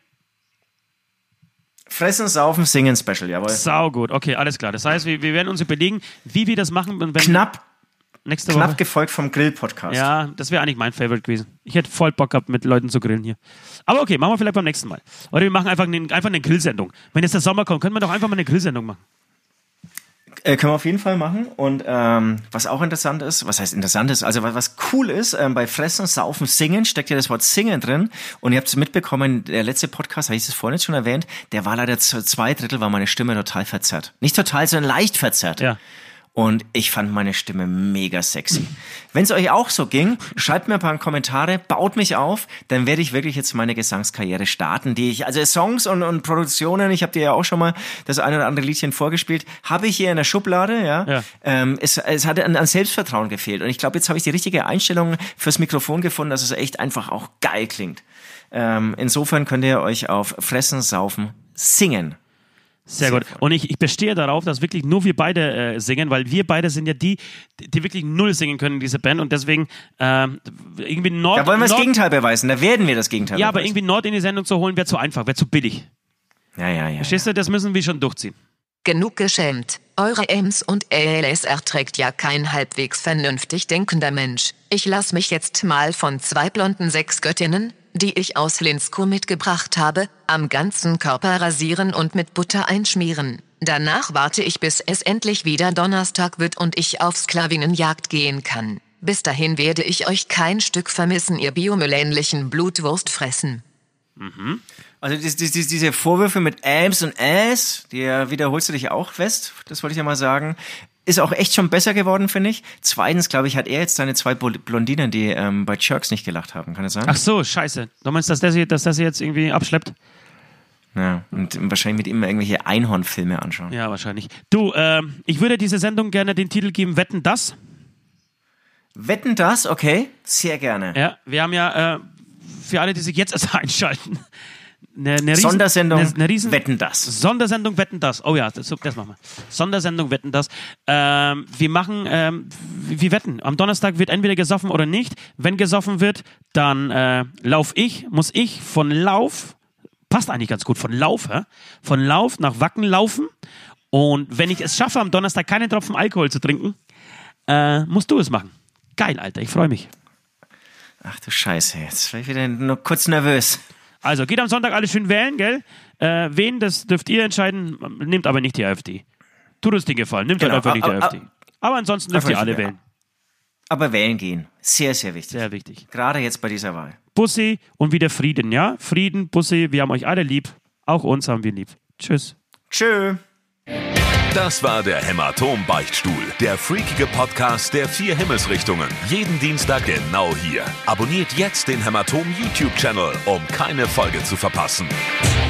Fressen, Saufen, Singen Special, jawohl. Sau gut, okay, alles klar. Das heißt, wir, wir werden uns überlegen, wie wir das machen. Und wenn Knapp, nächste knapp Woche. gefolgt vom Grill-Podcast. Ja, das wäre eigentlich mein Favorite gewesen. Ich hätte voll Bock gehabt, mit Leuten zu grillen hier. Aber okay, machen wir vielleicht beim nächsten Mal. Oder wir machen einfach, eine, einfach eine Grillsendung. Wenn jetzt der Sommer kommt, können wir doch einfach mal eine Grillsendung machen. Äh, können wir auf jeden Fall machen. Und ähm, was auch interessant ist, was heißt interessant ist, also was, was cool ist, ähm, bei Fressen, Saufen, Singen steckt ja das Wort Singen drin. Und ihr habt es mitbekommen, der letzte Podcast, habe ich es vorhin jetzt schon erwähnt, der war leider zu zwei Drittel, war meine Stimme total verzerrt. Nicht total, sondern leicht verzerrt. Ja. Und ich fand meine Stimme mega sexy. Wenn es euch auch so ging, schreibt mir ein paar Kommentare, baut mich auf, dann werde ich wirklich jetzt meine Gesangskarriere starten, die ich, also Songs und, und Produktionen, ich habe dir ja auch schon mal das eine oder andere Liedchen vorgespielt, habe ich hier in der Schublade, ja. Ja. Ähm, es, es hatte an, an Selbstvertrauen gefehlt. Und ich glaube, jetzt habe ich die richtige Einstellung fürs Mikrofon gefunden, dass es echt einfach auch geil klingt. Ähm, insofern könnt ihr euch auf Fressen, Saufen, Singen. Sehr, Sehr gut. gut. Und ich, ich bestehe darauf, dass wirklich nur wir beide äh, singen, weil wir beide sind ja die, die wirklich null singen können in dieser Band und deswegen ähm, irgendwie Nord... Da wollen wir das Nord Gegenteil beweisen, da werden wir das Gegenteil Ja, aber beweisen. irgendwie Nord in die Sendung zu holen, wäre zu einfach, wäre zu billig. Ja, ja, ja. Verstehst du? Das müssen wir schon durchziehen. Genug geschämt. Eure Ems und A L S erträgt ja kein halbwegs vernünftig denkender Mensch. Ich lass mich jetzt mal von zwei blonden Sexgöttinnen, die ich aus Linsko mitgebracht habe, am ganzen Körper rasieren und mit Butter einschmieren. Danach warte ich, bis es endlich wieder Donnerstag wird und ich auf Sklavinnenjagd gehen kann. Bis dahin werde ich euch kein Stück vermissen, ihr biomillenlichen Blutwurstfressen. Also die, die, die, diese Vorwürfe mit Abs und Ass, die wiederholst du dich auch fest, das wollte ich ja mal sagen. Ist auch echt schon besser geworden, finde ich. Zweitens, glaube ich, hat er jetzt seine zwei Blondinen, die ähm, bei Jerks nicht gelacht haben. Kann das sein? Ach so, scheiße. Du meinst, dass das hier, dass das hier jetzt irgendwie abschleppt? Ja, und wahrscheinlich mit ihm irgendwelche Einhornfilme anschauen. Ja, wahrscheinlich. Du, ähm, ich würde dieser Sendung gerne den Titel geben, Wetten, das? Wetten das? Okay, sehr gerne. Ja, wir haben ja, äh, für alle, die sich jetzt erst einschalten, eine, eine riesen, Sondersendung, eine, eine riesen Wetten das. Sondersendung Wetten das. Oh ja, das, das machen wir. Sondersendung Wetten das. Ähm, wir machen, ähm, wir wetten. Am Donnerstag wird entweder gesoffen oder nicht. Wenn gesoffen wird, dann äh, lauf ich, muss ich von Lauf, passt eigentlich ganz gut, von Lauf, hä? von Lauf nach Wacken laufen. Und wenn ich es schaffe, am Donnerstag keinen Tropfen Alkohol zu trinken, äh, musst du es machen. Geil, Alter, ich freue mich. Ach du Scheiße, jetzt war ich wieder nur kurz nervös. Also, geht am Sonntag alle schön wählen, gell? Äh, wen, das dürft ihr entscheiden. Nehmt aber nicht die AfD. Tut uns den Gefallen. Nehmt Genau, halt einfach nicht die aber- AfD. Aber ansonsten dürft ihr einfach alle nicht, ja. wählen. Aber wählen gehen, sehr, sehr wichtig. Sehr wichtig. Gerade jetzt bei dieser Wahl. Bussi und wieder Frieden, ja? Frieden, Bussi, wir haben euch alle lieb. Auch uns haben wir lieb. Tschüss. Tschö. Das war der Hämatom-Beichtstuhl, der freakige Podcast der vier Himmelsrichtungen. Jeden Dienstag genau hier. Abonniert jetzt den Hämatom-YouTube-Channel, um keine Folge zu verpassen.